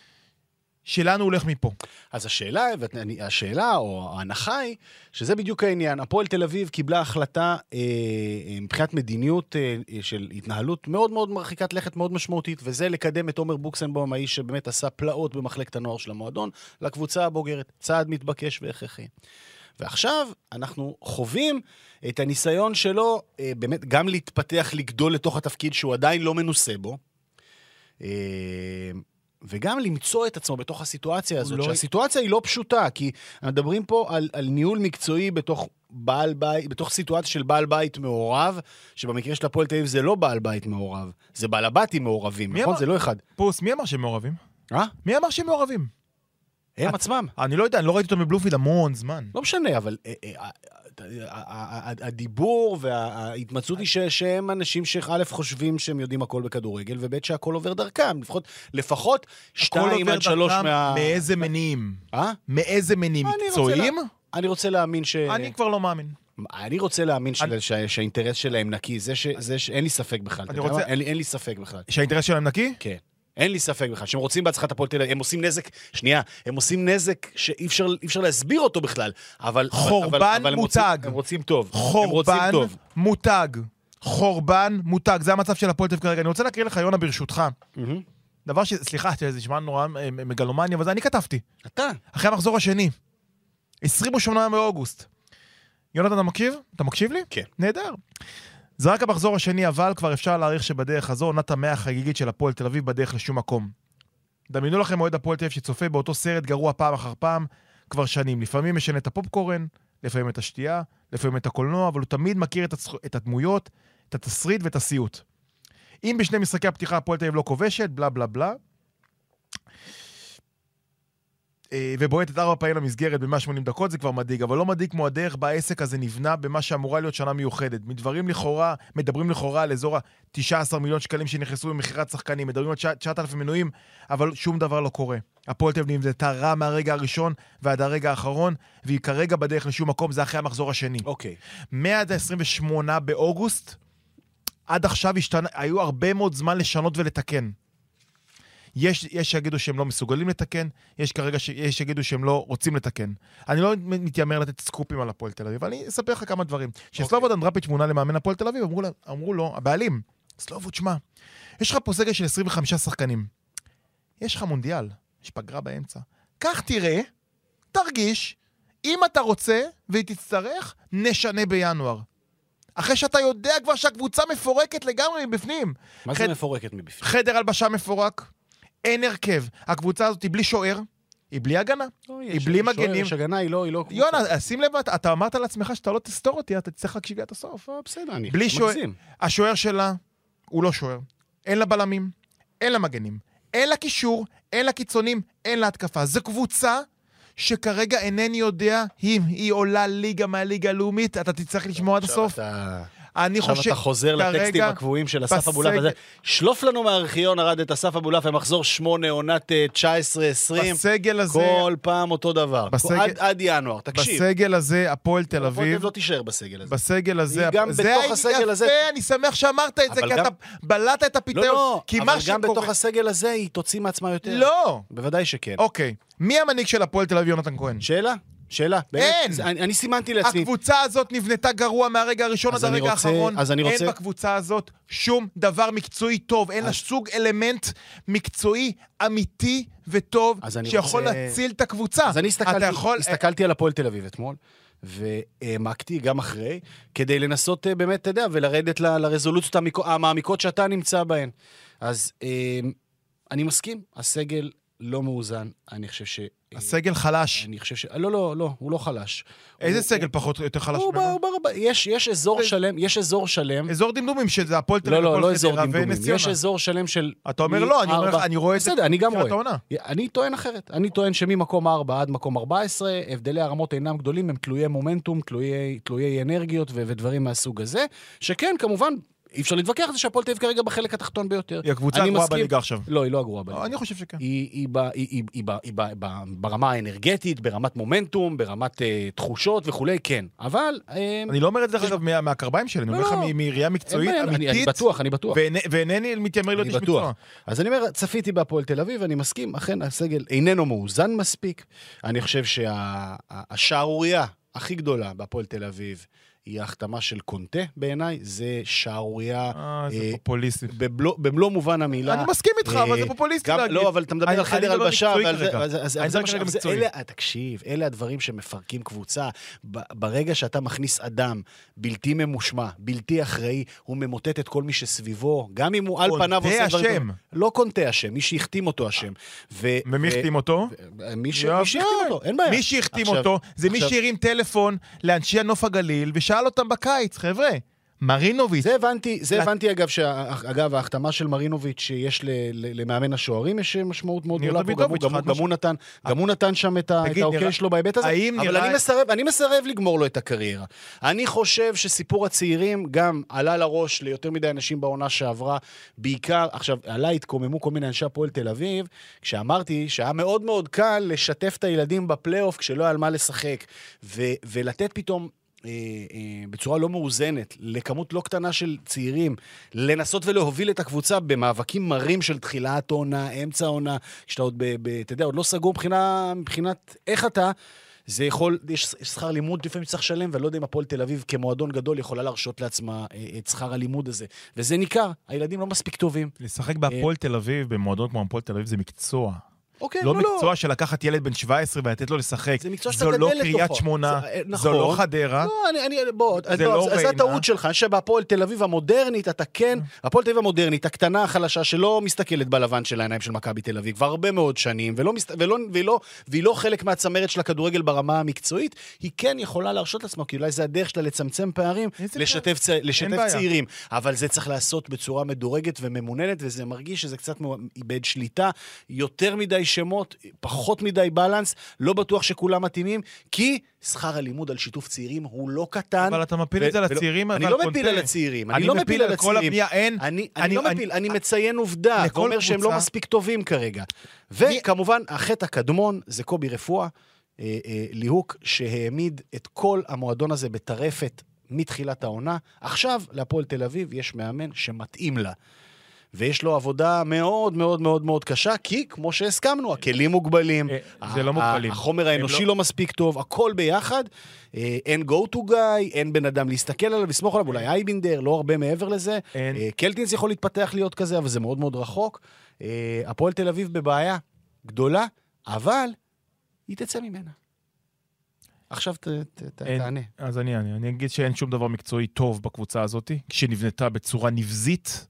שלנו הולך מפה. אז השאלה, השאלה או ההנחה היא, שזה בדיוק העניין. הפועל תל אביב קיבלה החלטה אה, מבחינת מדיניות אה, של התנהלות מאוד מאוד מרחיקת לכת, מאוד משמעותית, וזה לקדם את עומר בוקסנבום, האיש שבאמת עשה פלאות במחלקת הנוער של המועדון, לקבוצה הבוגרת. צעד מתבקש והכרחי. ועכשיו אנחנו חווים את הניסיון שלו, אה, באמת גם להתפתח, לגדול לתוך התפקיד שהוא עדיין לא מנוסה בו, אה, וגם למצוא את עצמו בתוך הסיטואציה הזאת, לא... שהסיטואציה היא לא פשוטה, כי מדברים פה על, על ניהול מקצועי בתוך בעל בית, בתוך סיטואציה של בעל בית מעורב, שבמקרה של הפועל תל אביב זה לא בעל בית מעורב, זה בעל הבתים מעורבים, נכון? אמר... זה לא אחד. פוס, מי אמר שהם מעורבים? אה? מי אמר שהם מעורבים? הם עצמם. אני לא יודע, אני לא ראיתי אותו בבלומפילד המון זמן. לא משנה, אבל הדיבור וההתמצאות היא שהם אנשים שא' חושבים שהם יודעים הכל בכדורגל, וב' שהכל עובר דרכם. לפחות שתיים עד שלוש מה... מאיזה מניעים? אה? מאיזה מניעים? מקצועיים? אני רוצה להאמין ש... אני כבר לא מאמין. אני רוצה להאמין שהאינטרס שלהם נקי, זה שאין לי ספק בכלל. אין לי ספק בכלל. שהאינטרס שלהם נקי? כן. אין לי ספק בכלל, שהם רוצים בהצלחת הפועל תל אביב, הם עושים נזק, שנייה, הם עושים נזק שאי אפשר, אי אפשר להסביר אותו בכלל, אבל... חורבן אבל, אבל מותג. הם רוצים טוב. חורבן מותג. חורבן מותג. זה המצב של הפועל תל אביב כרגע. אני רוצה להקריא לך, יונה, ברשותך. דבר ש... סליחה, זה נשמע נורא מגלומניה, אבל זה אני כתבתי. אתה. אחרי המחזור השני. עשרים ושמונה באוגוסט. יונתן, אתה מקשיב? אתה מקשיב לי? כן. נהדר. זה רק המחזור השני, אבל כבר אפשר להעריך שבדרך הזו עונת המאה החגיגית של הפועל תל אביב בדרך לשום מקום. דמיינו לכם מועד הפועל תל אביב שצופה באותו סרט גרוע פעם אחר פעם כבר שנים. לפעמים משנה את הפופקורן, לפעמים את השתייה, לפעמים את הקולנוע, אבל הוא תמיד מכיר את, הצ... את הדמויות, את התסריט ואת הסיוט. אם בשני משחקי הפתיחה הפועל תל אביב לא כובשת, בלה בלה בלה, ובועטת ארבע פעמים למסגרת ב-מאה ושמונים דקות, זה כבר מדאיג, אבל לא מדאיג כמו הדרך בה העסק הזה נבנה במה שאמורה להיות שנה מיוחדת. מדברים לכאורה, מדברים לכאורה על אזור ה-תשעה עשר מיליון שקלים שנכנסו במחירת שחקנים, מדברים על תשעת אלפים מנויים, אבל שום דבר לא קורה. הפועל תל אביב נבנתה רע מהרגע הראשון ועד הרגע האחרון, והיא כרגע בדרך לשום מקום, זה אחרי המחזור השני. אוקיי. מאז ה-עשרים ושמונה באוגוסט, עד עכשיו השתנה, היו הרבה מאוד זמן לשנות ולתקן. יש, יש שיגידו שהם לא מסוגלים לתקן, יש כרגע שיש שיגידו שהם לא רוצים לתקן. אני לא מתיימר לתת סקופים על הפועל תל אביב, אבל אני אספר לך כמה דברים. כשסלובוד אנדרפיץ' מונה למאמן הפועל תל אביב, אמרו, לה, אמרו לו, הבעלים, סלובוד, שמה, יש לך פה סגל של עשרים וחמישה שחקנים. יש לך מונדיאל, יש פגרה באמצע. כך תראה, תרגיש, אם אתה רוצה והיא תצטרך, נשנה בינואר. אחרי שאתה יודע כבר שהקבוצה מפורקת לגמרי מבפנים. מה זה מפורקת מבפנים? חדר הלבשה מפורק. אין הרכב. הקבוצה הזאת היא בלי שוער, היא בלי הגנה, היא בלי מגנים. יש הגנה, היא לא, היא לא... יונה, שים לב, אתה אמרת לעצמך שאתה לא תסתור אותי, אתה תצטרך להקשיב עד הסוף. בסדר, אני מגזים. השוער שלה הוא לא שוער. אין לה בלמים, אין לה מגנים, אין לה קישור, אין לה קיצונים, אין לה התקפה. זו קבוצה שכרגע אינני יודע אם היא עולה ליגה מהליגה הלאומית, אתה תצטרך לשמוע עד הסוף. אני חושב... עכשיו אתה חוזר לטקסטים הקבועים של אסף אבולף הזה. שלוף לנו מהארכיון הרד את אסף אבולף במחזור שמונה, עונת תשע עשרה עשרים. בסגל הזה... כל פעם אותו דבר. עד ינואר, תקשיב. בסגל הזה, הפועל תל אביב... הפועל תל לא תישאר בסגל הזה. בסגל הזה... גם בתוך הסגל הזה... יפה, אני שמח שאמרת את זה, כי אתה בלעת את הפיתיון. לא, לא, אבל גם בתוך הסגל הזה היא תוציא מעצמה יותר. לא. בוודאי שכן. אוקיי. מי המנהיג של הפועל תל אביב, יונתן כהן? שאלה? שאלה. אין. אני, אני סימנתי לעצמי. הקבוצה הזאת נבנתה גרוע מהרגע הראשון עד הרגע האחרון. אז אני רוצה... אין בקבוצה הזאת שום דבר מקצועי טוב. אין לה סוג אלמנט מקצועי אמיתי וטוב שיכול רוצה... להציל את הקבוצה. אז אני הסתכלתי, יכול... הסתכלתי על הפועל תל אביב אתמול, והעמקתי גם אחרי, כדי לנסות באמת, אתה יודע, ולרדת ל... לרזולוציות המעמיקות שאתה נמצא בהן. אז אני מסכים, הסגל לא מאוזן. אני חושב ש... הסגל חלש. אני חושב ש... לא, לא, לא, הוא לא חלש. איזה סגל פחות או יותר חלש ממנו? יש אזור שלם, יש אזור שלם. אזור דמדומים שזה הפועל תל אביב. לא, לא, לא אזור דמדומים. יש אזור שלם של... אתה אומר לא, אני רואה את זה. בסדר, אני גם רואה. אני טוען אחרת. אני טוען שממקום ארבע עד מקום ארבע עשרה, הבדלי הרמות אינם גדולים, הם תלויי מומנטום, תלויי אנרגיות ודברים מהסוג הזה, שכן, כמובן, אי אפשר להתווכח על זה שהפועל תל אביב כרגע בחלק התחתון ביותר. היא הקבוצה הגרועה בליגה עכשיו. לא, היא לא הגרועה בליגה. אני חושב שכן. היא ברמה האנרגטית, ברמת מומנטום, ברמת תחושות וכולי, כן. אבל... אני לא אומר את זה אגב מהקרביים שלי, אני אומר לך מראייה מקצועית, אמיתית. אני בטוח, אני בטוח. ואינני מתיימר להיות איש מקצוע. אז אני אומר, צפיתי בהפועל תל אביב, אני מסכים, אכן הסגל איננו מאוזן מספיק. אני חושב שהשערורייה הכי גדולה בהפועל תל אביב היא ההחתמה של קונטה בעיניי, זה שערוריה... אה, זה פופוליסטי. במלוא מובן המילה. אני מסכים איתך, אבל זה פופוליסטי להגיד. לא, אבל אתה מדבר על חדר הלבשה. אני מדבר כרגע מקצועי. תקשיב, אלה הדברים שמפרקים קבוצה. ברגע שאתה מכניס אדם בלתי ממושמע, בלתי אחראי, הוא ממוטט את כל מי שסביבו, גם אם הוא על פניו עושה דברים... קונטה השם. לא קונטה השם, מי שהחתים אותו השם. ומי החתים אותו? מי שהחתים אותו, אין בעיה. מי שהחתים אותו, זה מי שהרים טלפון לאנשי הנוף הגליל, ושאל אותם בקיץ, חבר'ה, מרינוביץ'. זה הבנתי, זה הבנתי אגב, אגב, ההחתמה של מרינוביץ' שיש למאמן השוערים, יש משמעות מאוד גדולה פה, גם הוא נתן, גם הוא נתן שם את האוקיי שלו בהיבט הזה, אבל אני מסרב, אני מסרב לגמור לו את הקריירה. אני חושב שסיפור הצעירים גם עלה לראש ליותר מדי אנשים בעונה שעברה, בעיקר, עכשיו, עליי התקוממו כל מיני אנשי הפועל תל אביב, כשאמרתי שהיה מאוד מאוד קל לשתף את הילדים בפלייאוף כשלא היה על מה לשחק, ולתת פתאום בצורה לא מאוזנת, לכמות לא קטנה של צעירים, לנסות ולהוביל את הקבוצה במאבקים מרים של תחילת עונה, אמצע עונה, שאתה עוד, אתה יודע, עוד לא סגור מבחינה, מבחינת איך אתה, זה יכול, יש שכר לימוד לפעמים צריך לשלם, ולא יודע אם הפועל תל אביב כמועדון גדול יכולה להרשות לעצמה את שכר הלימוד הזה. וזה ניכר, הילדים לא מספיק טובים. לשחק בהפועל תל אביב, במועדון כמו הפועל תל אביב, זה מקצוע. אוקיי, לא לא, מקצוע לא. של לקחת ילד בן שבע עשרה ולתת לו לשחק. זה מקצוע שאתה זו לא גדל קריית לתוכו. שמונה, זה, זו נכון. לא חדרה. לא, אני, אני, בוא, זה לא אז הטעות שלך, שבהפועל תל אביב המודרנית, אתה כן, הפועל תל אביב המודרנית, הקטנה, החלשה, שלא מסתכלת בלבן של העיניים של מכבי תל אביב, כבר הרבה מאוד שנים, ולא, ולא, ולא, והיא לא חלק מהצמרת של הכדורגל ברמה המקצועית, היא כן יכולה להרשות לעצמה, כי אולי זה הדרך שלה לצמצם פערים, לשתף, צ... לשתף צעירים, אבל זה צריך לעשות בצורה מדורגת וממוננת, וזה מרגיש שזה קצת איבד שליטה, יותר מדי שמות, פחות מדי בלנס, לא בטוח שכולם מתאימים, כי שכר הלימוד על שיתוף צעירים הוא לא קטן. אבל אתה מפיל את זה לצעירים. אני לא מפיל על הצעירים. אני לא מפיל על הצעירים. אני לא מפיל, אני מציין עובדה, ואומר שהם לא מספיק טובים כרגע. וכמובן, החטא הקדמון זה קובי רפואה, ליהוק, שהעמיד את כל המועדון הזה בטרפת מתחילת העונה. עכשיו, להפועל תל אביב יש מאמן שמתאים לה. ויש לו עבודה מאוד מאוד מאוד מאוד קשה, כי כמו שהסכמנו, הכלים מוגבלים, זה לא מוגבלים. החומר האנושי לא מספיק טוב, הכל ביחד, אין go to guy, אין בן אדם להסתכל עליו, לסמוך עליו, אולי אייבינדר, לא הרבה מעבר לזה, קלטינס יכול להתפתח להיות כזה, אבל זה מאוד מאוד רחוק, הפועל תל אביב בבעיה גדולה, אבל היא תצא ממנה. עכשיו תענה. אז אני אענה, אני אגיד שאין שום דבר מקצועי טוב בקבוצה הזאת, כשנבנתה בצורה נבזית,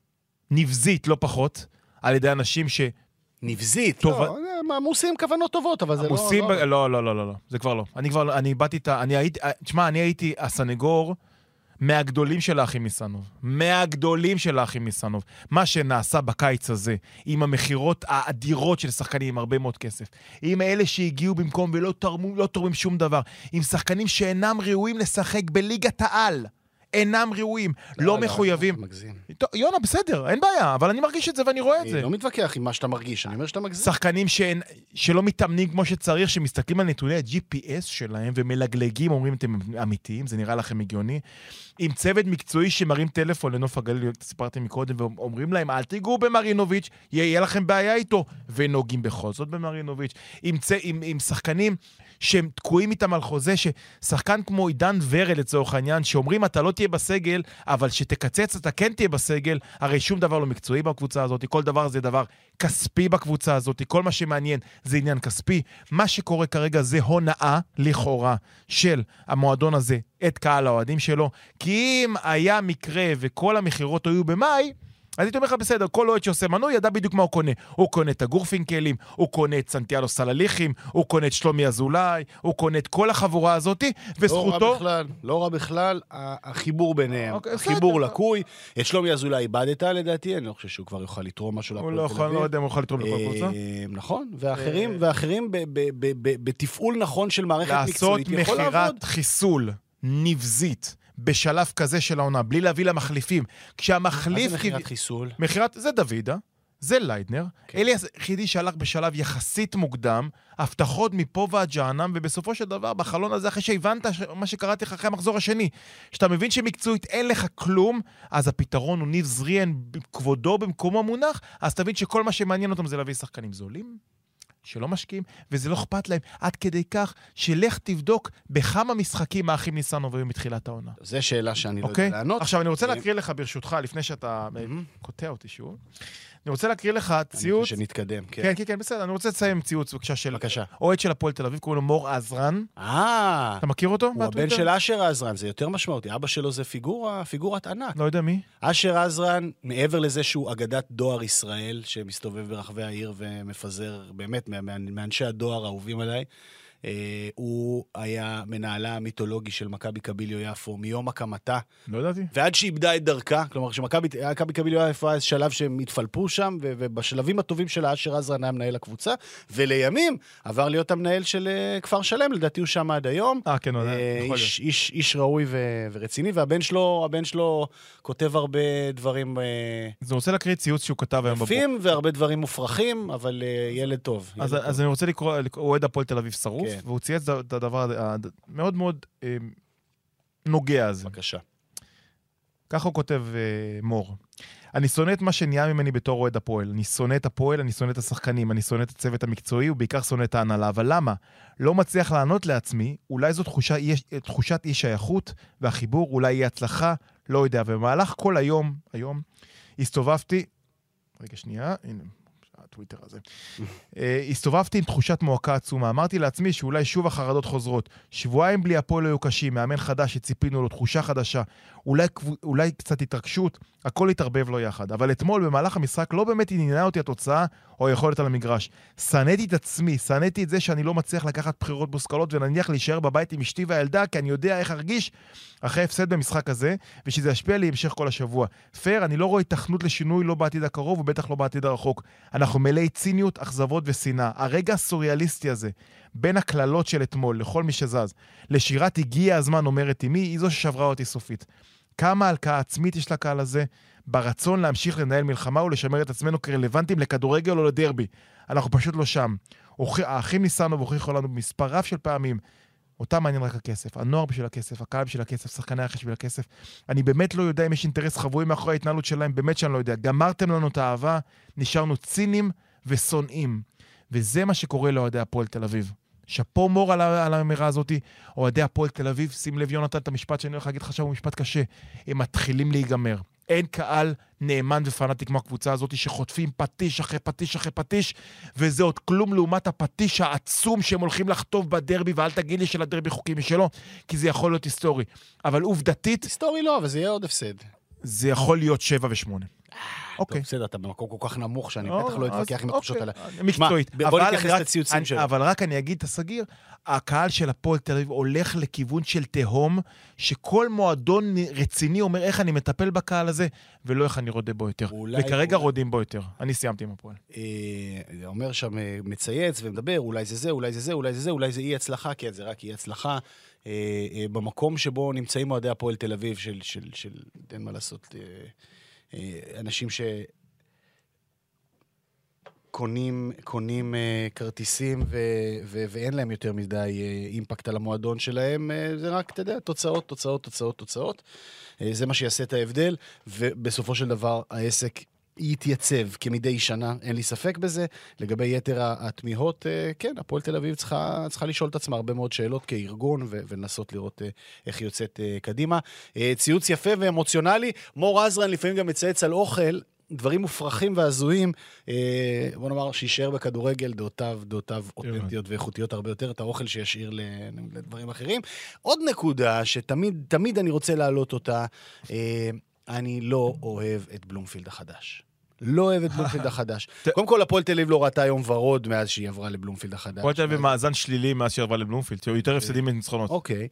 נבזית, לא פחות, על ידי אנשים ש... נבזית? לא, עמוסים כוונות טובות, אבל זה לא... לא, לא, לא, לא, זה כבר לא. אני כבר, אני באתי את ה... אני הייתי, תשמע, אני הייתי הסנגור מהגדולים של האחים ניסנוב. מהגדולים של האחים ניסנוב. מה שנעשה בקיץ הזה, עם המחירות האדירות של שחקנים עם הרבה מאוד כסף, עם אלה שהגיעו במקום ולא תרמו, לא תורמים שום דבר, עם שחקנים שאינם ראויים לשחק בליגת העל. אינם ראויים, לא מחויבים. יונה, בסדר, אין בעיה, אבל אני מרגיש את זה ואני רואה את זה. אני לא מתווכח עם מה שאתה מרגיש, אני אומר שאתה מגזים. שחקנים שלא מתאמנים כמו שצריך, שמסתכלים על נתוני ה-ג'י פי אס שלהם, ומלגלגים, אומרים אתם אמיתיים, זה נראה לכם הגיוני. עם צוות מקצועי שמרים טלפון לנוף הגליל, סיפרתי מקודם, ואומרים להם, אל תיגעו במרינוביץ', יהיה לכם בעיה איתו, ונוגעים בכל זאת במרינוביץ'. עם, צ... עם, עם שחקנים שהם תקועים איתם על חוזה, ששחקן כמו עידן ורד לצורך העניין, שאומרים אתה לא תהיה בסגל, אבל שתקצץ אתה כן תהיה בסגל, הרי שום דבר לא מקצועי בקבוצה הזאת, כל דבר זה דבר כספי בקבוצה הזאת, כל מה שמעניין זה עניין כספי. מה שקורה כרגע זה הונאה לכאורה של המועדון הזה, את קהל האוהדים שלו, כי אם היה מקרה וכל המחירות היו במאי, אז הייתי אומר לך בסדר, כל אוהד שעושה מנוי ידע בדיוק מה הוא קונה. הוא קונה את הגורפינקלים, הוא קונה את סנטיאלו סלליכים, הוא קונה את שלומי אזולאי, הוא קונה את כל החבורה הזאת, וזכותו... לא רע בכלל, לא רע בכלל, החיבור ביניהם, החיבור לקוי, את שלומי אזולאי איבדת לדעתי, אני לא חושב שהוא כבר יוכל לתרום משהו לפועל תל אביב. הוא לא יודע אם הוא יכול לתרום לכל קבוצה. נכון, ואחרים בתפעול נכון של מערכת מקצועית לעשות מחירת חיסול נבזית בשלב כזה של העונה, בלי להביא למחליפים. כשהמחליף... מה זה מחירת חיסול? מחירת... זה דוידה, זה ליידנר. כן. אליאס חידי שהלך בשלב יחסית מוקדם, הבטחות מפה ועד ג'ענם, ובסופו של דבר, בחלון הזה, אחרי שהבנת מה שקראתי לך אחרי המחזור השני, שאתה מבין שמקצועית אין לך כלום, אז הפתרון הוא ניב זריאן, כבודו במקום המונח, אז תבין שכל מה שמעניין אותם זה להביא שחקנים זולים, שלא משקיעים, וזה לא אכפת להם, עד כדי כך שלך תבדוק בכמה משחקים האחים ניסנוב היו מתחילת העונה. זו שאלה שאני לא יודע לענות. עכשיו, אני רוצה להקריא לך ברשותך, לפני שאתה קוטע אותי שוב, אני רוצה להקריא לך ציוץ... אני רוצה שנתקדם, כן. כן, כן, כן, בסדר, אני רוצה לציין ציוץ, בבקשה, של אוהד של הפועל תל אביב, קוראים לו מור עזרן. אה. אתה מכיר אותו? הוא הבן של אשר עזרן, זה יותר משמעותי. אבא שלו זה פיגורה, פיגורת ענק. לא יודע מי. אשר עזרן, מעבר לזה שהוא אגדת דואר ישראל, שמסתובב ברחבי העיר ומפזר, באמת, מאנשי הדואר האהובים עליי, הוא היה מנהלה המיתולוגי של מכבי קביליו יפו מיום הקמתה. לא ידעתי. ועד שאיבדה את דרכה, כלומר שמכבי קביליו יפו היה שלב שהם התפלפו שם, ובשלבים הטובים שלה אשר עזרן היה מנהל הקבוצה, ולימים עבר להיות המנהל של כפר שלם, לדעתי הוא שם עד היום. אה, כן, יכול להיות. איש ראוי ורציני, והבן שלו, הבן שלו כותב הרבה דברים... זה רוצה להקריא ציוץ שהוא כתב היום בבוקר. יפים והרבה דברים מופרכים, אבל ילד טוב. אז אני רוצה לקרוא, הוא אוהד הפועל תל אביב שרוף, והוא צייץ את הדבר המאוד מאוד נוגע הזה. בבקשה. ככה הוא כותב מור. אני שונא את מה שנהיה ממני בתור אוהד הפועל. אני שונא את הפועל, אני שונא את השחקנים, אני שונא את הצוות המקצועי, ובעיקר שונא את ההנהלה. אבל למה? לא מצליח לענות לעצמי, אולי זו תחושה, תחושת אי שייכות והחיבור, אולי יהיה הצלחה, לא יודע. ובמהלך כל היום, היום, הסתובבתי, רגע שנייה, הנה, הטוויטר הזה. הסתובבתי עם תחושת מועקה עצומה. אמרתי לעצמי שאולי שוב החרדות חוזרות. שבועיים בלי הפועל היו קשים, מאמן חדש שציפינו לו, תחושה חדשה. אולי, אולי קצת התרגשות, הכל התערבב לו יחד. אבל אתמול במהלך המשחק לא באמת עניינה אותי התוצאה או היכולת על המגרש. שנאתי את עצמי, שנאתי את זה שאני לא מצליח לקחת בחירות מושכלות ונניח להישאר בבית עם אשתי והילדה, כי אני יודע איך ארגיש אחרי הפסד במשחק הזה, ושזה ישפיע לי המשך כל השבוע. פייר, אני לא רואה התכנות לשינוי לא בעתיד הקרוב ובטח לא בעתיד הרחוק. אנחנו מלאי ציניות, אכזבות ושנאה. הרגע הסוריאליסטי הזה, בין הכללות של אתמול לכל מי שזז, לשירת הגיע הזמן אומרת אמי, היא זו ששברה אותי סופית. כמה הלקאה עצמית יש לקהל הזה, ברצון להמשיך לנהל מלחמה ולשמר את עצמנו כרלוונטיים לכדורגל או לדרבי. אנחנו פשוט לא שם. האחים ניסנו והוכיחו לנו במספר רב של פעמים, אותם מעניין רק הכסף, הנוער בשביל הכסף, הקהל בשביל הכסף, שחקני הרכש בשביל הכסף. אני באמת לא יודע אם יש אינטרס חבוי מאחורי ההתנהלות שלהם, באמת שאני לא יודע. גמרתם לנו את האהבה, נשארנו צינים ושונאים. וזה מה שקורה לאוהדי הפועל תל אביב. שפו מור על, על האמירה הזאת, אוהדי הפועל תל אביב, שים לב יונתן את המשפט שאני הולך להגיד לך עכשיו, הוא משפט קשה, הם מתחילים להיגמר. אין קהל נאמן ופנאטי כמו הקבוצה הזאת שחוטפים פטיש אחרי פטיש אחרי פטיש, וזה עוד כלום לעומת הפטיש העצום שהם הולכים לחטוף בדרבי, ואל תגיד לי שלדרבי חוקים משלו, כי זה יכול להיות היסטורי. אבל עובדתית... היסטורי לא, אבל זה יהיה עוד הפסד. זה יכול להיות שבע ושמונה. אוקיי. בסדר, אתה במקום כל כך נמוך שאני בטח לא אתווכח עם התחושות האלה. מקצועית. בוא נתייחס לציוצים שלו. אבל רק אני אגיד את הסגיר, הקהל של הפועל תל אביב הולך לכיוון של תהום, שכל מועדון רציני אומר איך אני מטפל בקהל הזה, ולא איך אני רודה בו יותר. וכרגע רודים בו יותר. אני סיימתי עם הפועל. אומר שם מצייץ ומדבר, אולי זה זה, אולי זה זה, אולי זה זה, אולי זה אי הצלחה, כי זה רק אי הצלחה. במקום שבו נמצאים מועדי הפועל תל אביב של, של, של, אין מה לעשות, אנשים שקונים, קונים כרטיסים ו, ו, ואין להם יותר מדי אימפקט על המועדון שלהם, זה רק, אתה יודע, תוצאות, תוצאות, תוצאות, תוצאות. זה מה שיעשה את ההבדל, ובסופו של דבר העסק יתייצב כמדי שנה, אין לי ספק בזה. לגבי יתר התמיהות, כן, הפועל תל אביב צריכה, צריכה לשאול את עצמה הרבה מאוד שאלות כארגון, ולנסות לראות איך היא יוצאת קדימה. ציוץ יפה ואמוציונלי, מור עזרן לפעמים גם מצייץ על אוכל, דברים מופרכים והזויים, בוא נאמר שישאר בכדורגל, דעותיו, דעותיו אותנטיות ואיכותיות הרבה יותר, את האוכל שישאיר לדברים אחרים. עוד נקודה שתמיד, תמיד אני רוצה להעלות אותה, אני לא אוהב את בלומפילד החדש. לא אוהב את בלומפילד החדש. קודם כל, הפועל תל אביב לא ראתה יום ורוד מאז שהיא עברה לבלומפילד החדש. הפועל תל אביב מאזן שלילי מאז שהיא עברה לבלומפילד, יותר הפסדים מניצחונות. אוקיי,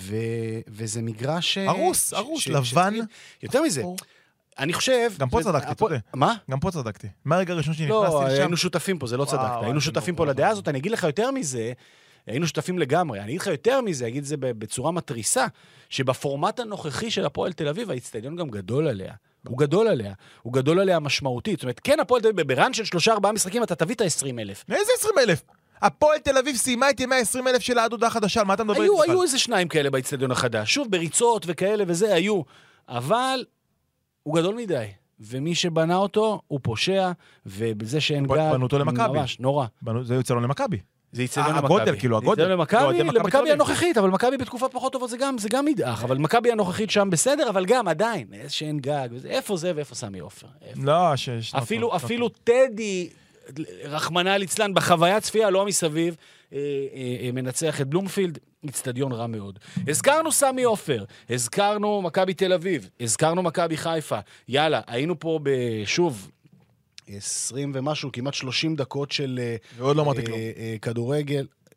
וזה מגרש... ארוס, ארוס, לבן. יותר מזה. אני חושב... גם פה צדקתי, אתה יודע. מה? גם פה צדקתי. מה הרגע הראשון שנכנסתי לשם? לא, היינו שותפים פה, זה לא צדקת. היינו שותפים פה לדעה הזאת, אני אגיד לך יותר מזה, היינו שותפים לגמרי. אני אגיד לך יותר מזה, אגיד זה בצורה מטריסה, שבפורמט הנוכחי של הפועל תל אביב, האצטדיון גם גדול עליה. הוא גדול עליה. הוא גדול עליה משמעותית. זאת אומרת, כן, הפועל תל אביב, ברן של שלושה ארבעה משחקים, אתה תביא את ה-עשרים אלף. איזה עשרים אלף? הפועל תל אביב סיימה את ימי ה-עשרים אלף של העדודה החדשה, על מה אתה מדבר? היו, היו איזה שניים כאלה באצטדיון החדש. שוב, בריצות וכאלה וזה היו. אבל הוא גדול מדי. ומי שבנה אותו, הוא פושע, ובזה שאין גג... בנו אותו למכבי. ממש, נורא. זה יוצא לו למכבי. זה יצא למכבי. הגודל, כאילו, הגודל. זה למכבי, למכבי הנוכחית, אבל מכבי בתקופות פחות טובות, זה גם, זה גם מדעך, אבל מכבי הנוכחית שם בסדר, אבל גם עדיין, איזה שאין גג, איפה זה ואיפה סמי עופר? לא, שיש... אפילו, אפילו טדי, רחמנא ליצלן, בחוויה צפייה, לא מסביב, מנצח את בלומפילד, אצטדיון רע מאוד. הזכרנו סמי עופר, הזכרנו מכבי תל אביב, הזכרנו מכבי חיפה, יאללה, היינו פה בשוב... עשרים ומשהו, כמעט שלושים דקות של ועוד לא אמרתי כלום. כדורגל.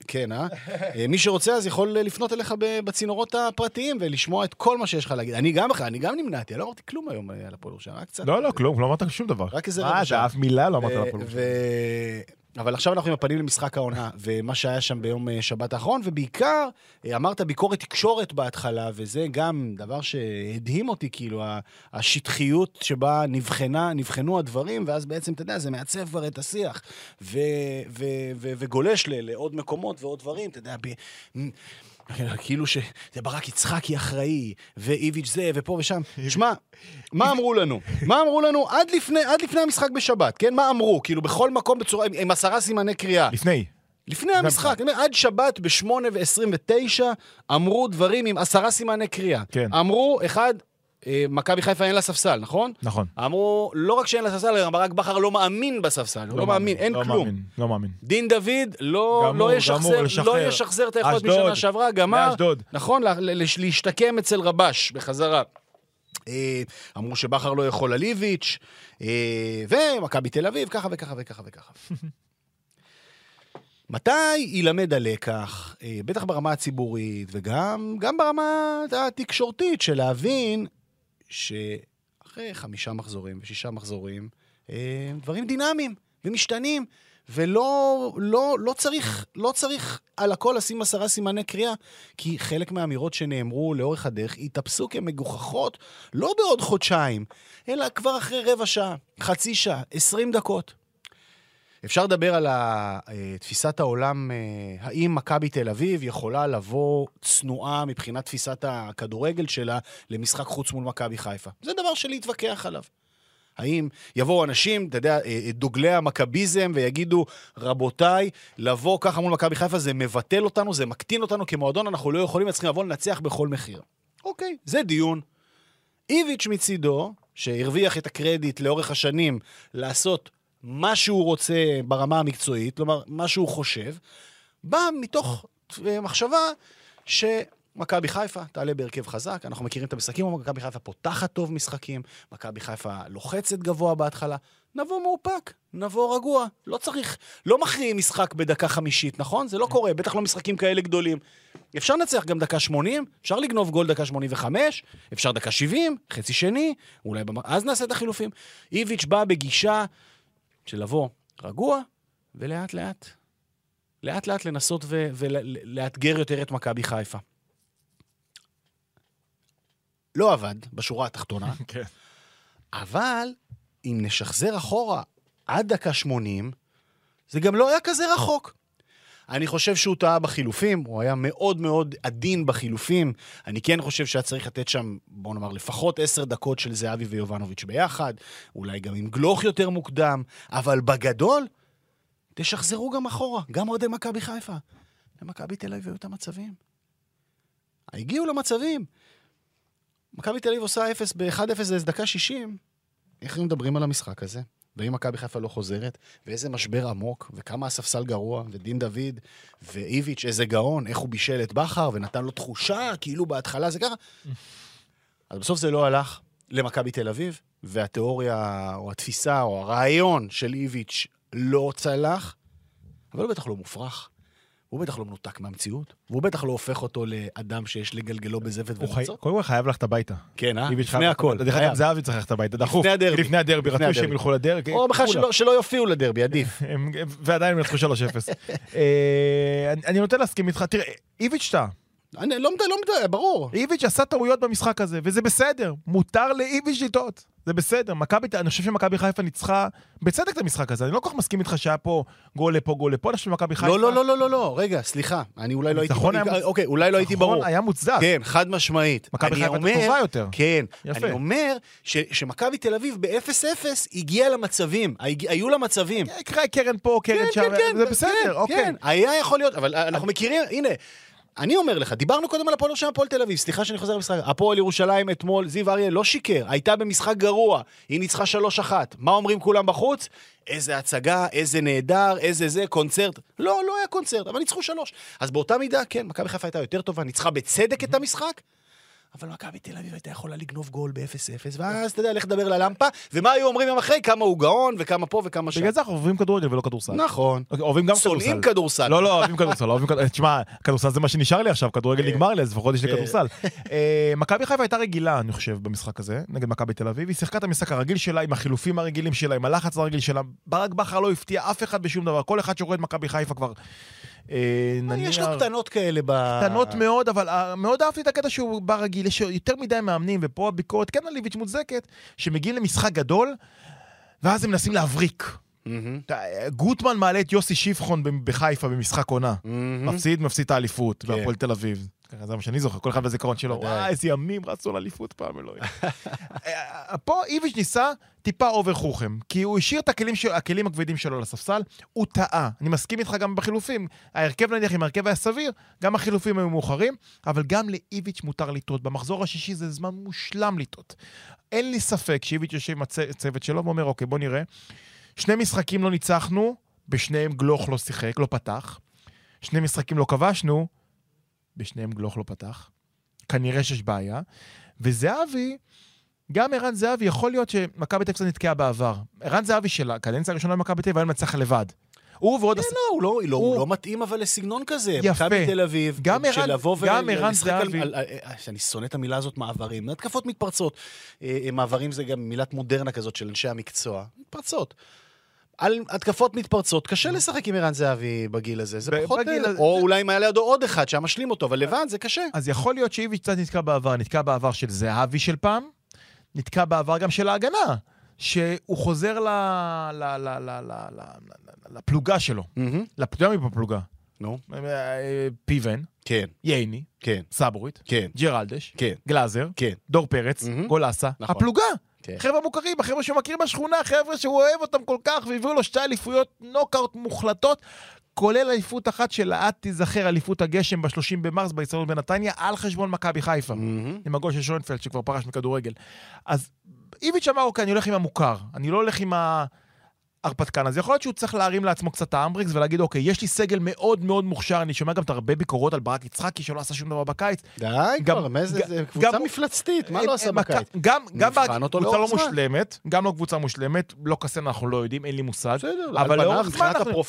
כן, אה? מי שרוצה אז יכול לפנות אליך בצינורות הפרטיים ולשמוע את כל מה שיש לך להגיד. אני גם אני גם נמנעתי, אני לא אמרתי כלום היום על הפועל ירושלים, רק קצת. לא, לא, כלום, לא אמרת שום דבר. רק איזה רבע שעה. אף מילה לא אמרת על הפועל ירושלים. אבל עכשיו אנחנו עם הפנים למשחק העונה, ומה שהיה שם ביום שבת האחרון, ובעיקר אמרת ביקורת תקשורת בהתחלה, וזה גם דבר שהדהים אותי, כאילו, השטחיות שבה נבחנה, נבחנו הדברים, ואז בעצם, אתה יודע, זה מעצב כבר את השיח, ו, ו, ו, וגולש לעוד מקומות ועוד דברים, אתה יודע, ב... כאילו שזה ברק יצחקי אחראי, ואיביץ' זה, ופה ושם. שמע, מה אמרו לנו? מה אמרו לנו עד לפני, עד לפני המשחק בשבת, כן? מה אמרו? כאילו בכל מקום בצורה, עם עשרה סימני קריאה. לפני. לפני המשחק. עד שבת בשמונה ועשרים ותשע אמרו דברים עם עשרה סימני קריאה. כן. אמרו, אחד, מכבי חיפה אין לה ספסל, נכון? נכון. אמרו, לא רק שאין לה ספסל, אלא ברק בכר לא מאמין בספסל, הוא לא מאמין, אין כלום. לא מאמין. דין דוד לא ישחזר את היכולת משנה שעברה, גמר, נכון, להשתקם אצל רבש בחזרה. אמרו שבכר לא יכול על איביץ', ומכבי תל אביב, ככה וככה וככה וככה. מתי ילמד הלקח, בטח ברמה הציבורית, וגם ברמה התקשורתית, של להבין שאחרי חמישה מחזורים ושישה מחזורים, דברים דינמיים ומשתנים, ולא לא, לא צריך, לא צריך על הכל לשים עשרה סימני קריאה, כי חלק מהאמירות שנאמרו לאורך הדרך התאפסו כמגוחכות, לא בעוד חודשיים, אלא כבר אחרי רבע שעה, חצי שעה, עשרים דקות. אפשר לדבר על תפיסת העולם, האם מכבי תל אביב יכולה לבוא צנועה מבחינת תפיסת הכדורגל שלה למשחק חוץ מול מכבי חיפה. זה דבר שלהתווכח עליו. האם יבואו אנשים, אתה יודע, דוגלי המכביזם ויגידו, רבותיי, לבוא ככה מול מכבי חיפה זה מבטל אותנו, זה מקטין אותנו כמועדון, אנחנו לא יכולים, צריכים לבוא לנצח בכל מחיר. אוקיי, זה דיון. איביץ' מצידו, שהרוויח את הקרדיט לאורך השנים לעשות מה שהוא רוצה ברמה המקצועית, כלומר, מה שהוא חושב, בא מתוך מחשבה שמכבי חיפה תעלה בהרכב חזק, אנחנו מכירים את המשחקים, מכבי חיפה פותחת טוב משחקים, מכבי חיפה לוחצת גבוה בהתחלה, נבוא מאופק, נבוא רגוע, לא צריך, לא מכריעים משחק בדקה חמישית, נכון? זה לא קורה, בטח לא משחקים כאלה גדולים. אפשר לנצח גם דקה שמונים, אפשר לגנוב גול דקה שמונים וחמש, אפשר דקה שבעים, חצי שני, אולי במ... אז נעשה את החילופים. איביץ' בא בגישה של לבוא רגוע, ולאט לאט, לאט לאט לנסות ו- ולאתגר יותר את מכבי חיפה. לא עבד בשורה התחתונה, כן. אבל אם נשחזר אחורה עד דקה שמונים, זה גם לא היה כזה רחוק. אני חושב שהוא טעה בחילופים, הוא היה מאוד מאוד עדין בחילופים, אני כן חושב שהיה צריך לתת שם, בוא נאמר, לפחות עשר דקות של זהבי ויובנוביץ' ביחד, אולי גם עם גלוך יותר מוקדם, אבל בגדול, תשחזרו גם אחורה, גם עוד מכבי חיפה. למכבי תל אביב היו את המצבים. הגיעו למצבים. מכבי תל אביב עושה אפס ב-אחד אפס, זה דקה שישים. איך הם מדברים על המשחק הזה? ואם מכבי חיפה לא חוזרת, ואיזה משבר עמוק, וכמה הספסל גרוע, ודין דוד, ואיביץ' איזה גאון, איך הוא בישל את בכר, ונתן לו תחושה, כאילו בהתחלה זה ככה. אז בסוף זה לא הלך למכבי תל אביב, והתיאוריה, או התפיסה, או הרעיון של איביץ' לא צלח, אבל הוא בטח לא מופרך. הוא בטח לא מנותק מהמציאות, והוא בטח לא הופך אותו לאדם שיש לגלגלו בזפת ורצות. קודם כל חייב ללכת הביתה. כן, אה? לפני הכל. דרך אגב, זהבי צריך ללכת הביתה, דחוף. לפני הדרבי, רצו שהם ילכו לדרבי. או בכלל שלא יופיעו לדרבי, עדיף. ועדיין הם ילכו שלוש אפס. אני נותן להסכים איתך, תראה, איביץ' טעה. אני לא מדע, לא מדע, ברור. איביץ' עשה טעויות במשחק הזה, וזה בסדר. מותר לאיביץ' לטעות. זה בסדר. מכבי, אני חושב שמכבי חיפה ניצחה בצדק את המשחק הזה. אני לא כל כך מסכים איתך שהיה פה גול לפה, גול לפה. אני חושב שמכבי חיפה... לא, לא, לא, לא, לא, לא. רגע, סליחה. אני אולי לא הייתי... אוקיי, אולי לא הייתי ברור. היה מוצדק. כן, חד משמעית. מכבי חיפה טובה יותר. כן. אני אומר שמכבי תל אביב ב-אפס אפס הגיעה למצבים. היו לה מצבים. יקרה קרן פה, קרן שם. זה בסדר, אוקיי. היה יכול להיות, אבל אנחנו מכירים, הנה, אני אומר לך, דיברנו קודם על הפועל ירושלים, הפועל תל אביב, סליחה שאני חוזר למשחק, הפועל ירושלים אתמול, זיו אריה לא שיקר, הייתה במשחק גרוע, היא ניצחה שלוש אחת, מה אומרים כולם בחוץ? איזה הצגה, איזה נהדר, איזה זה, קונצרט, לא, לא היה קונצרט, אבל ניצחו שלוש, אז באותה מידה, כן, מכבי חיפה הייתה יותר טובה, ניצחה בצדק את המשחק, אבל מכבי תל אביב הייתה יכולה לגנוב גול ב-אפס אפס, ואז אתה יודע, לך לדבר ללמפה, ומה היו אומרים יום אחרי? כמה הוא גאון, וכמה פה וכמה שם. בגלל זה אנחנו אוהבים כדורגל ולא כדורסל. נכון. אוהבים גם כדורסל. שונאים כדורסל. לא, לא, אוהבים כדורסל, אוהבים כדורסל. תשמע, כדורסל זה מה שנשאר לי עכשיו, כדורגל נגמר לי, אז לפחות יש לי כדורסל. מכבי חיפה הייתה רגילה, אני חושב, במשחק הזה, נגד מכבי תל אביב. היא שיחקה את המשחק הרגיל שלה, עם החילופים הרגילים שלה, עם הלחץ הרגיל שלה. ברק בכר לא הפתיע אף אחד בשום דבר. כל אחד שרואה את מכבי חיפה כבר יש לו קטנות כאלה ב... קטנות מאוד, אבל מאוד אהבתי את הקטע שהוא ברגיל, יש יותר מדי מאמנים, ופה הביקורת כן על ליביץ' מוצדקת, שמגיעים למשחק גדול, ואז הם מנסים להבריק. גוטמן מעלה את יוסי שיפחון בחיפה במשחק עונה. מפסיד, מפסיד את האליפות, והפועל תל אביב. זה מה שאני זוכר, כל אחד בזיכרון שלו, וואי, איזה ימים רצו לאליפות פעם, אלוהים. פה איביץ' ניסה טיפה אובר חוכם, כי הוא השאיר את הכלים הכבדים שלו לספסל, הוא טעה. אני מסכים איתך גם בחילופים, ההרכב נניח, אם ההרכב היה סביר, גם החילופים היו מאוחרים, אבל גם לאיביץ' מותר לטעות. במחזור השישי זה זמן מושלם לטעות. אין לי ספק שאיביץ' יושב עם הצוות שלו, ואומר, אוקיי, בוא נראה. שני משחקים לא ניצחנו, בשניהם גלוך לא שיחק, לא פתח. שני משחקים לא כבשנו, בשניהם גלוך לא פתח. כנראה שיש בעיה. וזהבי, גם ערן זהבי, יכול להיות שמכבי תל אביב נתקעה בעבר. ערן זהבי של הקדנציה הראשונה במכבי תל אביב, היה מצליח לבד. הוא ועוד... לא, הוא לא מתאים אבל לסגנון כזה. מכבי תל אביב, שלבוא ולשחק על... אני שונא את המילה הזאת, מעברים. התקפות מתפרצות. מעברים זה גם מילת מודרנה כזאת של אנשי המקצוע. מתפרצות. על התקפות מתפרצות, קשה לשחק עם ערן זהבי בגיל הזה, זה פחות, או אולי אם היה לידו עוד אחד שהמשלים אותו, אבל לבד זה קשה. אז יכול להיות שאיביץ' קצת נתקע בעבר, נתקע בעבר של זהבי של פעם, נתקע בעבר גם של ההגנה, שהוא חוזר לפלוגה שלו, לפלוגה מפלוגה. נו. פיבן, כן. ייני, כן. סבורית, כן. ג'רלדש, כן. גלאזר, כן. דור פרץ, גולסה, הפלוגה. חבר'ה מוכרים, החבר'ה שמכיר בשכונה, חבר'ה שהוא אוהב אותם כל כך, והביאו לו שתי אליפויות נוקאוט מוחלטות, כולל אליפות אחת שלעד תיזכר, אליפות הגשם ב-שלושים במרס בהצטיינות בנתניה, על חשבון מכבי חיפה, עם הגול של שוינפלד שכבר פרש מכדורגל. אז איביץ' אמר, אוקיי, אני הולך עם המוכר, אני לא הולך עם ההרפתקן, אז יכול להיות שהוא צריך להרים לעצמו קצת האמבריקס ולהגיד, אוקיי, יש לי סגל מאוד מאוד מוכשר, אני שומע גם את הרבה ביקורות על ברק יצחקי שלא עשה שום דבר בקיץ. די, כבר, זה קבוצה מפלצתית, מה לא עשה בקיץ? גם קבוצה לא מושלמת, גם לא קבוצה מושלמת, לא כסן אנחנו לא יודעים, אין לי מושג, אבל לאורך זמן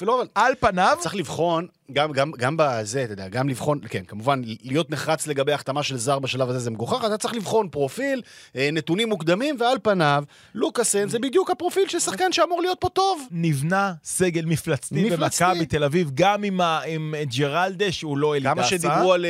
על פניו, צריך לבחון, גם בזה, אתה יודע, גם לבחון, כן, כמובן, להיות נחרץ לגבי החתמה של זר בשלב הזה זה מגוחך, אתה צריך לבחון פרופיל, נתונים מוקדמים, ועל פניו, לוקאסן זה בדיוק הפרופיל של שחקן שאמור להיות פה טוב. נבנה סגל מפלצתי במכבי תל אביב, גם עם ג'רלדש, הוא לא אלידסה. כמה שדיברו על,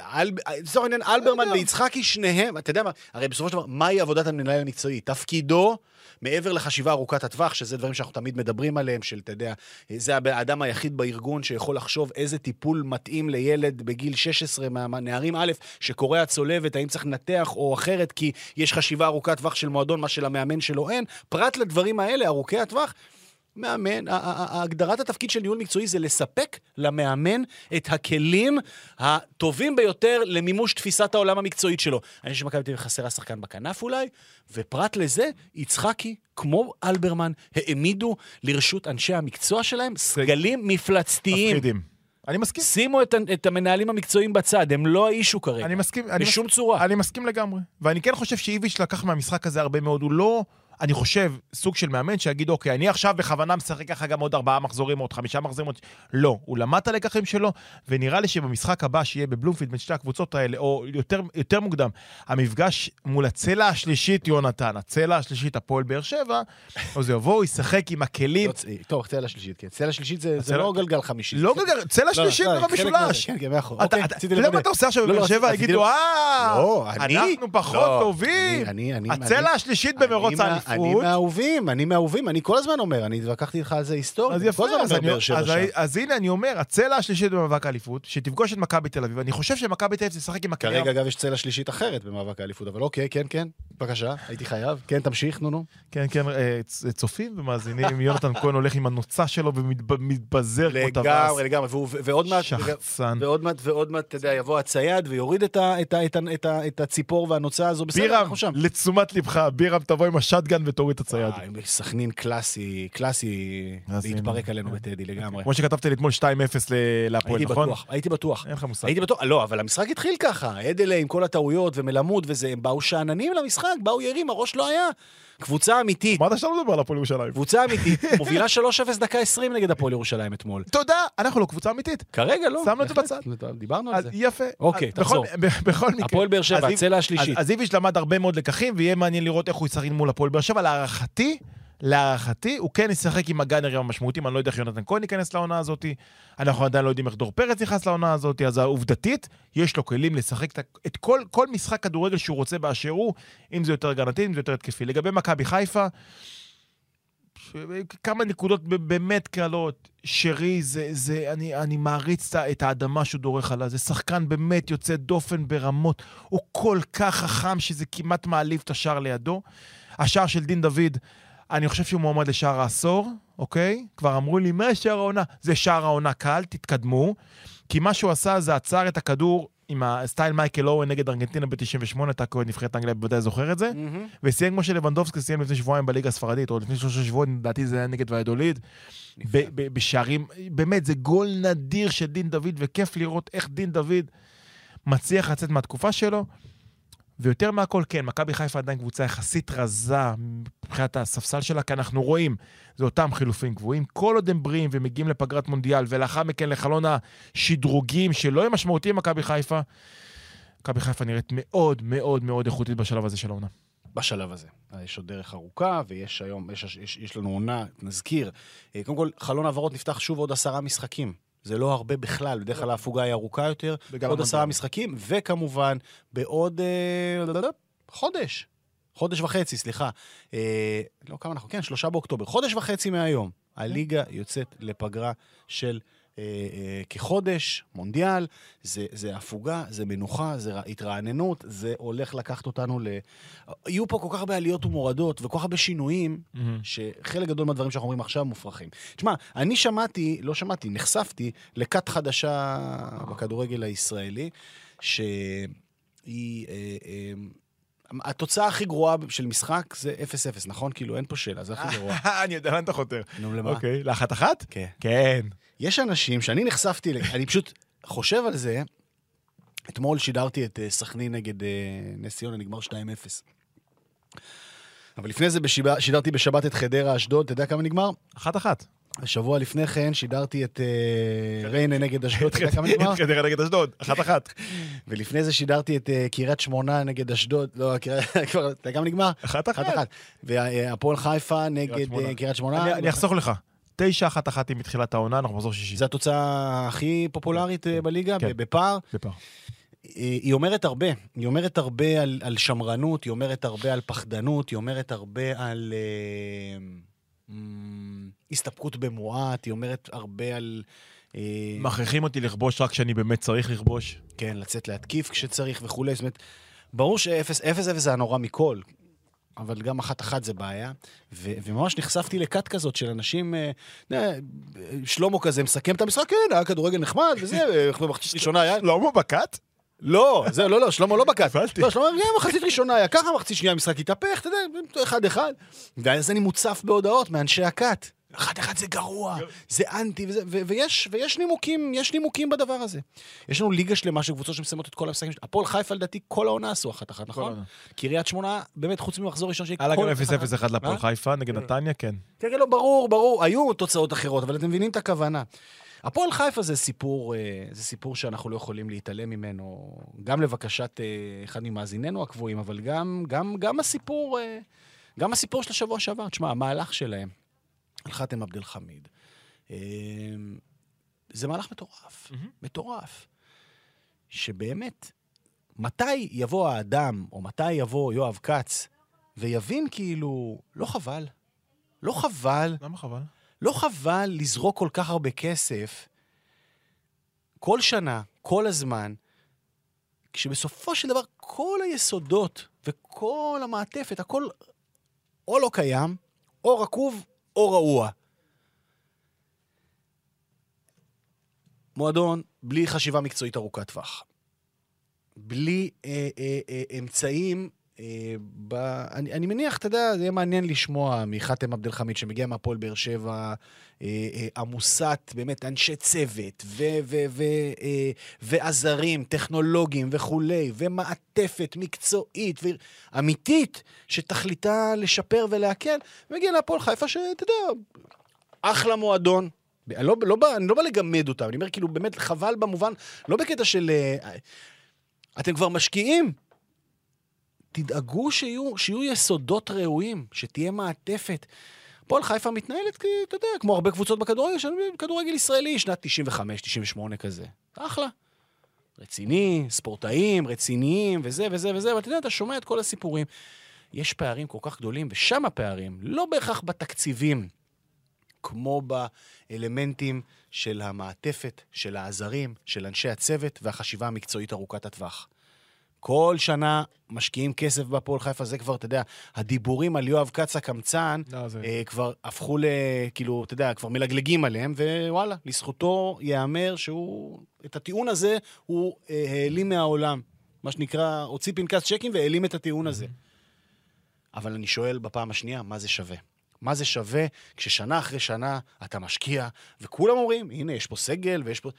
לצורך העניין, אלברמן ויצחקי, שניהם, אתה יודע מה, הרי בסופו של דבר, מהי עבודת המנהל המקצועי? תפקידו, מעבר לחשיבה ארוכת הטווח, שזה דברים שאנחנו תמיד מדברים עליהם, של, אתה יודע, זה האדם היחיד בארגון שיכול לחשוב איזה טיפול מתאים לילד בגיל שש עשרה מהנערים א', שקורא הצולבת, האם צריך לנתח או אחרת, כי יש חשיבה ארוכת טווח של מועדון, מה של המאמן שלו אין. פרט לדברים האלה, ארוכי הטווח, מאמן, הגדרת התפקיד של ניהול מקצועי זה לספק למאמן את הכלים הטובים ביותר למימוש תפיסת העולם המקצועית שלו. אני חושב שמכבי תל אביב חסרה שחקן בכנף אולי, ופרט לזה, יצחקי, כמו אלברמן, העמידו לרשות אנשי המקצוע שלהם סגלים מפלצתיים. מפחידים. אני מסכים. שימו את, את המנהלים המקצועיים בצד, הם לא האישו כרגע. אני מסכים. בשום אני צורה. אני מסכים לגמרי. ואני כן חושב שאיביץ' לקח מהמשחק הזה הרבה מאוד, הוא לא... אני חושב, סוג של מאמן שיגיד, אוקיי, אני עכשיו בכוונה משחק ככה גם עוד ארבעה מחזורים, עוד חמישה מחזורים, עוד... לא, הוא למד את הלקחים שלו, ונראה לי שבמשחק הבא שיהיה בבלומפילד בין שתי הקבוצות האלה, או יותר, יותר מוקדם, המפגש מול הצלע השלישית, יונתן, הצלע השלישית, הפועל באר שבע, אז יבוא, ישחק עם הכלים. טוב, צלע השלישית, כן. צלע השלישית זה לא גלגל חמישי. לא גלגל, צלע השלישית לא משולש. כן, כן, מאחור. אתה יודע מה אתה עושה עכשיו בבאר שבע? יגידו, אה, אנחנו פחות טובים. הצלע השלישית במרוץ האליפות. אני מהאהובים, אני מהאהובים, אני כל הזמן אומר, אני התווכחתי איתך על זה היסטוריה. אז יפה, אז הנה אני אומר, הצלע השלישית במאבק האליפות, שתפגוש את מכבי תל אביב, אני חושב שמכבי תל אביב תשחק עם הקריירה. כרגע אגב יש צלע שלישית אחרת במאבק האליפות, אבל אוקיי, כן, כן, בבקשה, הייתי חייב, כן, תמשיך, נו, נו. כן, כן, צופים ומאזינים, יונתן כהן הולך עם הנוצה שלו ומתבזר כמו טווס. לגמרי, לגמרי, ועוד מעט, ועוד מעט, ועוד מעט, אתה יודע, יבוא הצייד ויוריד את הציפור והנוצה הזו, בסדר, אנחנו שם. בירם, לתשומת לבך, בירם תבוא עם השטגן מכאן ותוריד את הצייד. סכנין קלאסי, קלאסי להתפרק עלינו בטדי לגמרי. כמו שכתבתי לי אתמול שתיים אפס להפועל, נכון? הייתי בטוח. אין לך מושג. הייתי בטוח, לא, אבל המשחק התחיל ככה, אדלה עם כל הטעויות ומלמוד וזה, הם באו שעננים למשחק, באו ירים, הראש לא היה. קבוצה אמיתית. מה אתה שאתה לא מדבר על הפועל ירושלים? קבוצה אמיתית, מובילה שלוש אפס דקה עשרים נגד הפועל ירושלים אתמול. תודה, אנחנו לא קבוצה אמיתית. כרגע לא. שמנו את זה בצד. דיברנו על זה. יפה. אוקיי, תחזור. בכל מקרה. הפועל באר שבע, הצלע השלישית. אז איביץ' למד הרבה מאוד לקחים, ויהיה מעניין לראות איך הוא ישחק מול הפועל באר שבע. להערכתי, להערכתי, הוא כן ישחק עם הגאנרים המשמעותיים, אני לא יודע איך יונתן כהן ייכנס לעונה הזאת, אנחנו עדיין לא יודעים איך דור פרץ נכנס לעונה הזאת, אז העובדתית, יש לו כלים לשחק את כל, כל משחק כדורגל שהוא רוצה באשר הוא, אם זה יותר הגנתי, אם זה יותר התקפי. לגבי מכבי חיפה, כמה נקודות באמת קלות, שרי, זה, זה, אני, אני מעריץ את האדמה שהוא דורך עליו, זה שחקן באמת יוצא דופן ברמות, הוא כל כך חכם שזה כמעט מעליב את השער לידו. השער של דין דוד, אני חושב שהוא מועמד לשער העשור, אוקיי? כבר אמרו לי, מה שער העונה? זה שער העונה קל, תתקדמו. כי מה שהוא עשה זה עצר את הכדור עם הסטייל מייקל אורן נגד ארגנטינה ב-תשעים ושמונה, אתה כהן נבחרת אנגליה, בוודאי זוכר את זה. וסיים כמו שלבנדובסקי סיים לפני שבועיים בליגה הספרדית, או לפני שלושה שבועות, לדעתי זה היה נגד ויאדוליד. בשערים, באמת, זה גול נדיר של דין דוד, וכיף לראות איך דין דוד מצליח לצאת מהתקופה שלו. ויותר מהכל, כן, מכבי חיפה עדיין קבוצה יחסית רזה מבחינת הספסל שלה, כי אנחנו רואים, זה אותם חילופים גבוהים, כל עוד הם בריאים ומגיעים לפגרת מונדיאל, ולאחר מכן לחלון השדרוגים שלא הם משמעותיים מכבי חיפה, מכבי חיפה נראית מאוד מאוד מאוד איכותית בשלב הזה של העונה. בשלב הזה. יש עוד דרך ארוכה, ויש היום, יש, יש, יש לנו עונה, נזכיר. קודם כל, חלון העברות נפתח שוב עוד עשרה משחקים. זה לא הרבה בכלל, בדרך כלל ההפוגה היא ארוכה יותר, עוד עשרה משחקים, וכמובן בעוד אה, חודש, חודש וחצי, סליחה, אה, לא כמה אנחנו, כן, שלושה באוקטובר, חודש וחצי מהיום, הליגה יוצאת לפגרה של אה, אה, כחודש, מונדיאל, זה, זה הפוגה, זה מנוחה, זה התרעננות, זה הולך לקחת אותנו ל... יהיו פה כל כך הרבה עליות ומורדות, וכל כך הרבה שינויים, mm-hmm. שחלק גדול מהדברים שאנחנו אומרים עכשיו מופרכים. תשמע, אני שמעתי, לא שמעתי, נחשפתי לקט חדשה בכדורגל הישראלי, שהיא... אה, אה, התוצאה הכי גרועה של משחק זה אפס אפס, נכון? כאילו, אין פה שאלה, זה הכי גרוע. אני יודע, לאן אתה חותר. נו, למה? אוקיי, לאחת אחת? כן. כן. יש אנשים שאני נחשפתי, אני פשוט חושב על זה, אתמול שידרתי את סכנין נגד נס ציונה, נגמר שתיים אפס. אבל לפני זה שידרתי בשבת את חדרה אשדוד, אתה יודע כמה נגמר? אחת אחת. השבוע לפני כן שידרתי את ריינה נגד אשדוד, אתה יודע כמה נגמר? את חדרה נגד אשדוד, אחת אחת. ולפני זה שידרתי את קריית שמונה נגד אשדוד, לא, אתה יודע כמה נגמר? אחת אחת. והפועל חיפה נגד קריית שמונה. אני אחסוך לך. תשע אחת אחת מתחילת העונה, אנחנו מחזור שישי. זו התוצאה הכי פופולרית בליגה, בפער. בפער. היא אומרת הרבה, היא אומרת הרבה על, על שמרנות, היא אומרת הרבה על פחדנות, היא אומרת הרבה על אה, הסתפקות במועט, היא אומרת הרבה על... אה, מכריחים אותי לכבוש רק כשאני באמת צריך לכבוש. כן, לצאת להתקיף כשצריך וכו'. זאת אומרת, ברור שאפס אפס זה הנורא מכל, אבל גם אחת אחת זה בעיה, ו- וממש נחשפתי לקט כזאת של אנשים, אה, שלמה כזה מסכם את המשחק, כן, היה כדורגל נחמד, וזה, מחצית ראשונה היה... שלמה בקט? לא, זה לא, לא, שלמה לא בקט. לא, שלמה, גם מחצית ראשונה היה ככה, מחצית שנייה המשחק התהפך, אתה יודע, אחד אחד. ואז אני מוצף בהודעות מאנשי הקט. אחד אחד זה גרוע, זה אנטי, וזה, ו- ויש, ויש נימוקים, יש נימוקים בדבר הזה. יש לנו ליגה שלמה של קבוצות שמסיימות את כל המשחקים. הפועל חיפה לדעתי כל העונה עשו אחת אחת, נכון? קריית שמונה, באמת חוץ ממחזור ראשון שהיא כל... היה גם אפס אפס אחד לפועל חיפה, נגד נתניה, כן. כן, לא, ברור, ברור, היו תוצאות אחרות, אבל אתם מבינים את הכוונה. הפועל חיפה זה סיפור, זה סיפור שאנחנו לא יכולים להתעלם ממנו, גם לבקשת אחד ממאזיננו הקבועים, אבל גם, גם, גם הסיפור, גם הסיפור של השבוע שעבר. תשמע, המהלך שלהם, על חאתם עבד אל חמיד, זה מהלך מטורף, מטורף, שבאמת, מתי יבוא האדם, או מתי יבוא יואב קץ, ויבין כאילו, לא חבל, לא חבל. למה חבל? לא חבל לזרוק כל כך הרבה כסף, כל שנה, כל הזמן, כשבסופו של דבר כל היסודות וכל המעטפת, הכל או לא קיים, או רקוב, או רעוע. מועדון בלי חשיבה מקצועית ארוכת טווח. בלי אה, אה, אה, אמצעים ב... אני, אני מניח, אתה יודע, זה יהיה מעניין לשמוע מחתם עבד אל חמיד, שמגיע מהפועל באר שבע, עמוסת, באמת, אנשי צוות, ו... ו... ו... ועזרים, טכנולוגיים וכולי, ומעטפת מקצועית ואמיתית, שתכליתה לשפר ולהקל, ומגיע להפועל חיפה, שאתה יודע, אחלה מועדון. אני לא, לא בא, אני לא בא לגמד אותם, אני אומר, כאילו, באמת חבל במובן, לא בקטע של... אתם כבר משקיעים, תדאגו שיהיו, שיהיו יסודות ראויים, שתהיה מעטפת. הפועל חיפה מתנהלת, אתה יודע, כמו הרבה קבוצות בכדורגל, כדורגל ישראלי, שנת תשעים וחמש תשעים ושמונה כזה. אחלה. רציני, ספורטאים, רציניים, וזה וזה וזה, ואתה יודע, אתה שומע את כל הסיפורים. יש פערים כל כך גדולים, ושם הפערים, לא בהכרח בתקציבים, כמו באלמנטים של המעטפת, של העזרים, של אנשי הצוות, והחשיבה המקצועית ארוכת הטווח. כל שנה משקיעים כסף בפועל חיפה, זה כבר, אתה יודע, הדיבורים על יואב קצה קמצן, לא, זה... אה, כבר הפכו ל... כאילו, אתה יודע, כבר מלגלגים עליהם, ווואלה, לזכותו יאמר שהוא... את הטיעון הזה הוא אה, העלים מהעולם. מה שנקרא, הוציא פנקס צ'קים והעלים את הטיעון הזה. אבל אני שואל בפעם השנייה, מה זה שווה? מה זה שווה כששנה אחרי שנה אתה משקיע, וכולם אומרים, הנה, יש פה סגל ויש פה...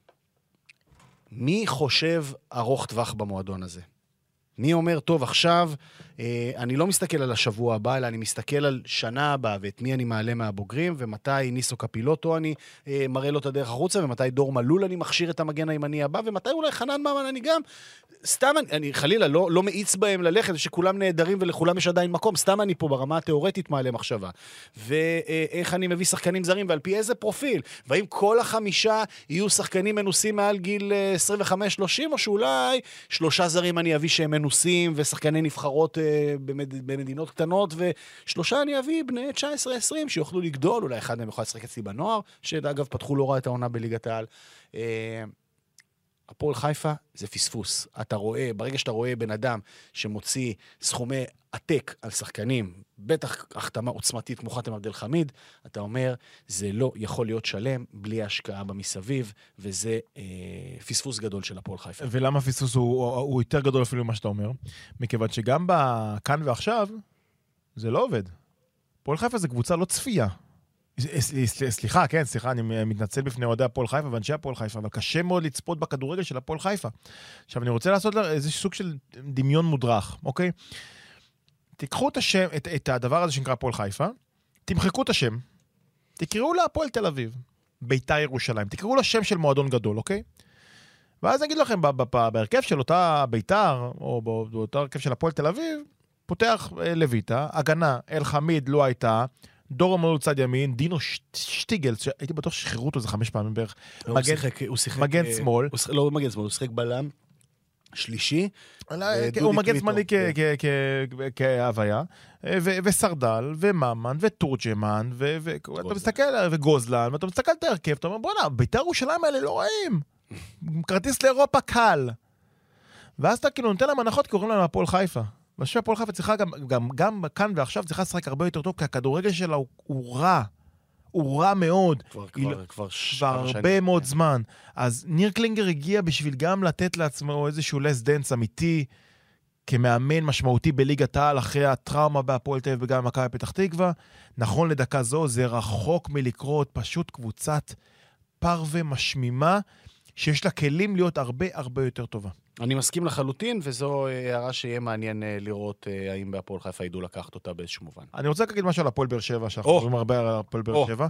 מי חושב ארוך טווח במועדון הזה? מי אומר, טוב, עכשיו, אה, אני לא מסתכל על השבוע הבא, אלא אני מסתכל על שנה הבאה, ואת מי אני מעלה מהבוגרים, ומתי ניסו קפילוטו אני אה, מראה לו את הדרך החוצה, ומתי דור מלול אני מכשיר את המגן הימני הבא, ומתי אולי חנן ממן אני גם, סתם, אני, אני חלילה לא, לא מאיץ בהם ללכת, שכולם נהדרים ולכולם יש עדיין מקום, סתם אני פה ברמה התיאורטית מעלה מחשבה. ואיך אני מביא שחקנים זרים, ועל פי איזה פרופיל, והאם כל החמישה יהיו שחקנים מנוסים מעל גיל עשרים וחמש שלושים, או שאולי שלושה זרים אני אביא שהם מנוסים, ושחקני נבחרות אה, במד... במדינות קטנות, ושלושה אני אביא בני תשע עשרה עשרים, שיוכלו לגדול, אולי אחד מהם יכול לשחק אצלי בנוער, שאגב פתחו לא רע את העונה בליגת העל. אה, הפועל חיפה זה פספוס. אתה רואה, ברגע שאתה רואה בן אדם שמוציא סכומי עתק על שחקנים, בטח החתמה עוצמתית כמו חתם עבד אל חמיד, אתה אומר, זה לא יכול להיות שלם בלי השקעה במסביב, וזה אה, פספוס גדול של הפועל חיפה. ולמה פספוס הוא, הוא, הוא יותר גדול אפילו ממה שאתה אומר? מכיוון שגם בכאן ועכשיו, זה לא עובד. הפועל חיפה זה קבוצה לא צפייה. סליחה, כן, סליחה, אני מתנצל בפני אוהדי הפועל חיפה ואנשי הפועל חיפה, אבל קשה מאוד לצפות בכדורגל של הפועל חיפה. עכשיו, אני רוצה לעשות איזה סוג של דמיון מודרך, אוקיי? תיקחו את השם, את, את הדבר הזה שנקרא הפועל חיפה, תמחקו את השם, תקראו לה הפועל תל אביב, ביתר ירושלים, תקראו לה שם של מועדון גדול, אוקיי? ואז אני אגיד לכם, בהרכב של אותה ביתר, או באותו הרכב של הפועל תל אביב, פותח לויטה, הגנה, אל חמיד לא הייתה, דור מלול צד ימין, דינו שטיגל, הייתי בטוח שחררו אותו איזה חמש פעמים בערך, מגן שמאל. לא מגן שמאל, הוא שיחק בלם שלישי. הוא מגן שמאלי כהוויה, וסרדל, וממן, וטורג'מן, ואתה מסתכל, וגוזלן, ואתה מסתכל את ההרכב, אתה אומר, בוא'נה, ביתר ירושלים האלה לא רעים. כרטיס לאירופה קל. ואז אתה כאילו נותן להם הנחות, קוראים להם הפועל חיפה. ושבי הפועל חיפה צריכה גם, גם, גם כאן ועכשיו צריכה לשחק הרבה יותר טוב, כי הכדורגל שלה הוא, הוא רע. הוא רע מאוד. כבר, כבר, כבר, כבר הרבה מאוד זמן. אז ניר קלינגר הגיע בשביל גם לתת לעצמו איזשהו לס דנס אמיתי, כמאמן משמעותי בליגת העל, אחרי הטראומה בהפועל תל אביב וגם במכבי פתח תקווה. נכון לדקה זו, זה רחוק מלקרות, פשוט קבוצת פרווה משמימה, שיש לה כלים להיות הרבה הרבה יותר טובה. אני מסכים לחלוטין, וזו הערה שיהיה מעניין לראות האם בהפועל חיפה ידעו לקחת אותה באיזשהו מובן. אני רוצה להגיד משהו על הפועל באר שבע, שאנחנו מדברים הרבה על הפועל באר שבע.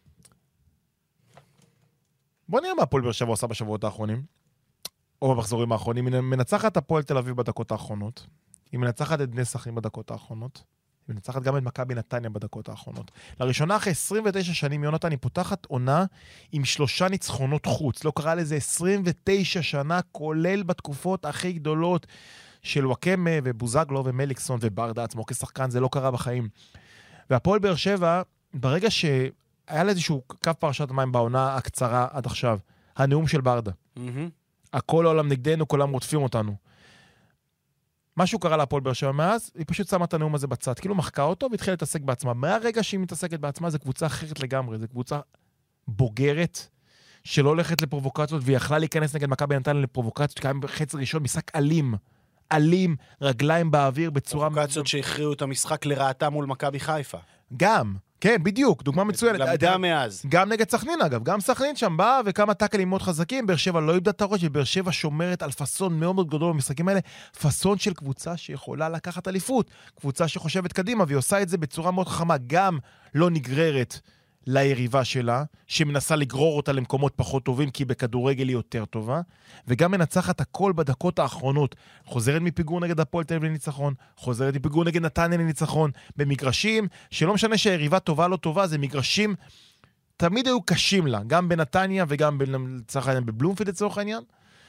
בוא נראה מה הפועל באר שבע עושה בשבועות האחרונים, או במחזורים האחרונים. היא מנצחת הפועל תל אביב בדקות האחרונות, היא מנצחת את בני סכנין בדקות האחרונות, היא מנצחת גם את מכבי נתניה בדקות האחרונות. לראשונה אחרי עשרים ותשע שנים, יונתן, היא פותחת עונה עם שלושה ניצחונות חוץ. לא קרה לזה עשרים ותשע שנה, כולל בתקופות הכי גדולות של וואקמה ובוזגלו ומליקסון וברדה עצמו כשחקן, זה לא קרה בחיים. והפועל באר שבע, ברגע שהיה לה איזשהו קו פרשת מים בעונה הקצרה עד עכשיו, הנאום של ברדה. Mm-hmm. הכל העולם נגדנו, כולם רודפים אותנו. משהו קרה להפועל באר שבע מאז, היא פשוט שמה את הנאום הזה בצד, כאילו מחקה אותו והתחילה להתעסק בעצמה. מהרגע שהיא מתעסקת בעצמה, זו קבוצה אחרת לגמרי, זו קבוצה בוגרת, שלא הולכת לפרובוקציות, והיא יכלה להיכנס נגד מכבי נתניה לפרובוקציות, קיים בחצי ראשון, משחק אלים, אלים, רגליים באוויר בצורה... פרובוקציות שהכריעו את המשחק לרעתה מול מכבי חיפה. גם, כן, בדיוק, דוגמה מצוינת. למדה מאז. גם נגד סכנין אגב, גם סכנין שם באה וכמה טאקלים מאוד חזקים, באר שבע לא איבדה את הראש, ובאר שבע שומרת על פסון מאוד מאוד גדול במשחקים האלה, פסון של קבוצה שיכולה לקחת אליפות, קבוצה שחושבת קדימה, והיא עושה את זה בצורה מאוד חכמה, גם לא נגררת ליריבה שלה, שמנסה לגרור אותה למקומות פחות טובים, כי בכדורגל היא יותר טובה, וגם מנצחת הכל בדקות האחרונות. חוזרת מפיגור נגד הפועל תל אביב לניצחון, חוזרת מפיגור נגד נתניה לניצחון, במגרשים, שלא משנה שהיריבה טובה לא טובה, זה מגרשים תמיד היו קשים לה, גם בנתניה וגם בבלומפילד לצורך העניין.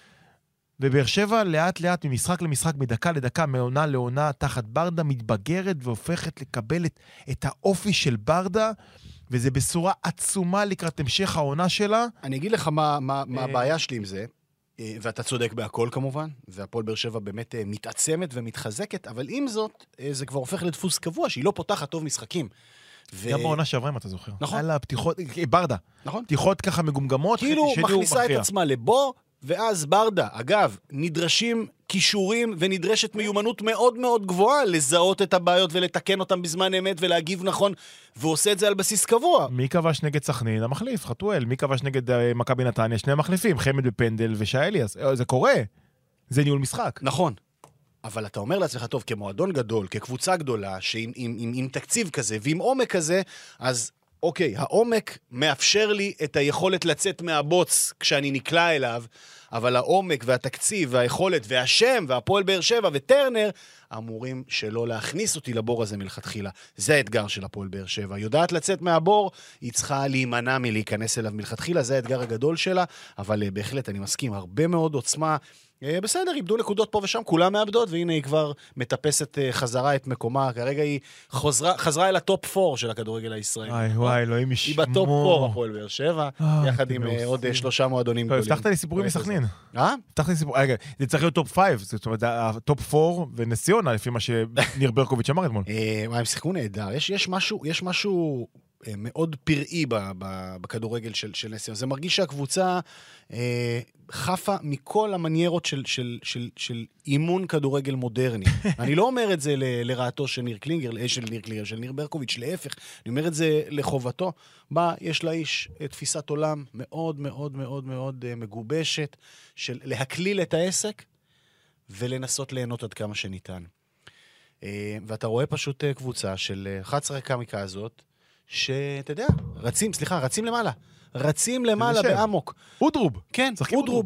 ובאר שבע לאט לאט ממשחק למשחק, מדקה לדקה, מעונה לעונה, תחת ברדה, מתבגרת והופכת לקבל את, את האופי של ברדה, וזה בשורה עצומה לקראת המשך העונה שלה. אני אגיד לך מה, מה, מה הבעיה שלי עם זה, ואתה צודק בהכל כמובן, והפועל באר שבע באמת מתעצמת ומתחזקת, אבל עם זאת, זה כבר הופך לדפוס קבוע, שהיא לא פותחת טוב משחקים. ו... גם בעונה שעברה, אם אתה זוכר. נכון. על הפתיחות, ברדה. נכון. פתיחות ככה מגומגמות. כאילו מכניסה את עצמה לבור, ואז ברדה, אגב, נדרשים כישורים ונדרשת מיומנות מאוד מאוד גבוהה לזהות את הבעיות ולתקן אותם בזמן אמת ולהגיב נכון, ועושה את זה על בסיס קבוע. מי כבש נגד סכנין? המחליף, חתואל. מי כבש נגד uh, מכבי נתניה? שני מחליפים, חמד בפנדל ושי אליאס. זה קורה. זה ניהול משחק. נכון. אבל אתה אומר לעצמך, טוב, כמועדון גדול, כקבוצה גדולה, שעם עם, עם, עם תקציב כזה ועם עומק כזה, אז אוקיי, העומק מאפשר לי את היכולת לצאת מהבוץ כשאני נקלע אליו, אבל העומק והתקציב והיכולת והשם והפועל באר שבע וטרנר אמורים שלא להכניס אותי לבור הזה מלכתחילה. זה האתגר של הפועל באר שבע. יודעת לצאת מהבור, היא צריכה להימנע מלהיכנס אליו מלכתחילה, זה האתגר הגדול שלה, אבל בהחלט אני מסכים, הרבה מאוד עוצמה, בסדר, איבדו נקודות פה ושם, כולם מאבדות, והנה היא כבר מטפסת חזרה את מקומה, כרגע היא חוזרה, חזרה אל הטופ פור של הכדורגל הישראלי. וואי, וואי, אלוהים ישמור. היא בטופ פור, הפועל באר שבע, יחד עם עוד שלושה מועדונים גדולים. הבטחת לי סיפורים מסכנין. אה? הבטחת לי סיפורים, רגע, זה צריך להיות טופ פייב, זאת אומרת, הטופ פור ונס ציונה, לפי מה שניר ברקוביץ' אמר אתמול. הם שיחקו נהדר, יש משהו, יש משהו מאוד פראי בכדורגל של נס ציונה. זה מרגיש שהקבוצה חפה מכל המניירות של, של, של, של אימון כדורגל מודרני. אני לא אומר את זה ל, לרעתו של ניר קלינגר, של ניר קלינגר, של ניר ברקוביץ', להפך. אני אומר את זה לחובתו. בה יש לאיש תפיסת עולם מאוד מאוד מאוד מאוד מגובשת, של להקליל את העסק, ולנסות ליהנות עד כמה שניתן. ואתה רואה פשוט קבוצה של אחת עשרה קמיקה הזאת, שאתה יודע, רצים, סליחה, רצים למעלה. רצים למעלה בעמוק. אודרוב. כן, אודרוב.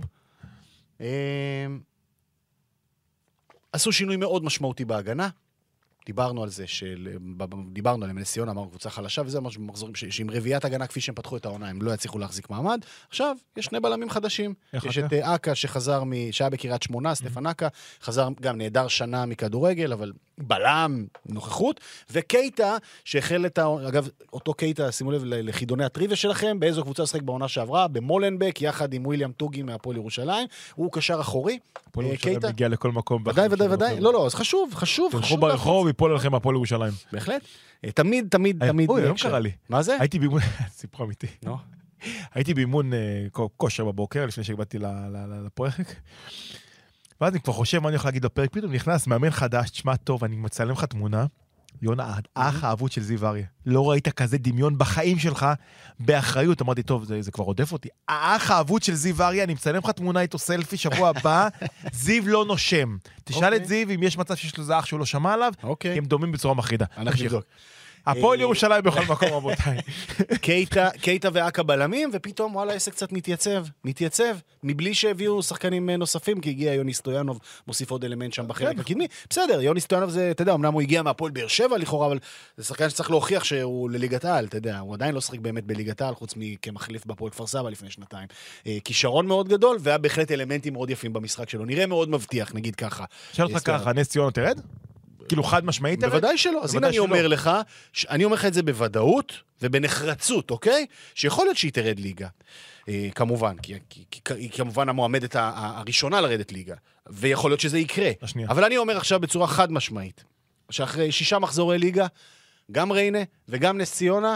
עשו שינוי מאוד משמעותי בהגנה. דיברנו על זה, דיברנו עליהם, נס ציונה, אמרנו קבוצה חלשה, וזה מחזורים שעם רביעיית הגנה כפי שהם פתחו את העונה, הם לא יצליחו להחזיק מעמד. עכשיו, יש שני בלמים חדשים. יש את אקה שחזר, שהיה בקריית שמונה, סטפן אקה, חזר גם נהדר שנה מכדורגל, אבל בלם, נוכחות, וקייטה, שהחל את, אגב, אותו קייטה, שימו לב לחידוני הטריוויה שלכם, באיזו קבוצה שחק בעונה שעברה, במולנבק, יחד עם וויליאם טוגי מהפועל ירושלים, הוא קשר אחורי. הפועל ירושלים מגיע לכל מקום. ודאי, ודאי, ודאי. לא, לא, אז חשוב, חשוב. תלכו ברחוב, יפול לכם הפועל ירושלים. בהחלט. תמיד, תמיד, תמיד. אוי, לא קרה לי. מה זה? הייתי באימון, סיפור אמיתי. הייתי באימון כושר בבוקר, לפני שהגעתי לפרק. ואז אני כבר חושב מה אני יכול להגיד בפרק, פתאום נכנס מאמן חדש, תשמע טוב, אני מצלם לך תמונה, יונה, האח האהוב של זיו אריה. לא ראית כזה דמיון בחיים שלך, באחריות, אמרתי, טוב, זה, זה כבר עודף אותי. האח האהוב של זיו אריה, אני מצלם לך תמונה איתו סלפי שבוע הבא, זיו לא נושם. תשאל את זיו אם יש מצב שיש לו זה אח שהוא לא שמע עליו, כי הם דומים בצורה מחרידה. אנחנו נבדוק. הפועל ירושלים בכל מקום, רבותיי. קייטה, קייטה ואקה בלמים, ופתאום, וואלה, עסק קצת מתייצב, מתייצב, מבלי שהביאו שחקנים נוספים, כי הגיע יוני סטויאנוב, מוסיף עוד אלמנט שם בחלק הקדמי. בסדר, יוני סטויאנוב זה, אתה יודע, אמנם הוא הגיע מהפועל באר שבע לכאורה, אבל זה שחקן שצריך להוכיח שהוא לליגת העל, אתה יודע, הוא עדיין לא שחק באמת בליגת העל, חוץ מכמחליף בפועל כפר סבא לפני שנתיים. כישרון מאוד גדול, והיה בהחלט אלמנטים מאוד יפים במשחק שלו. נראה מאוד מבטיח, נגיד ככה. שאל אותך ככה, נס ציונה תרד? כאילו חד משמעית? בוודאי שלא. אז הנה אני אומר לך, אני אומר לך את זה בוודאות ובנחרצות, אוקיי? שיכול להיות שהיא תרד ליגה. כמובן, כי היא כמובן המועמדת הראשונה לרדת ליגה. ויכול להיות שזה יקרה. אבל אני אומר עכשיו בצורה חד משמעית, שאחרי שישה מחזורי ליגה, גם ריינה וגם נס ציונה,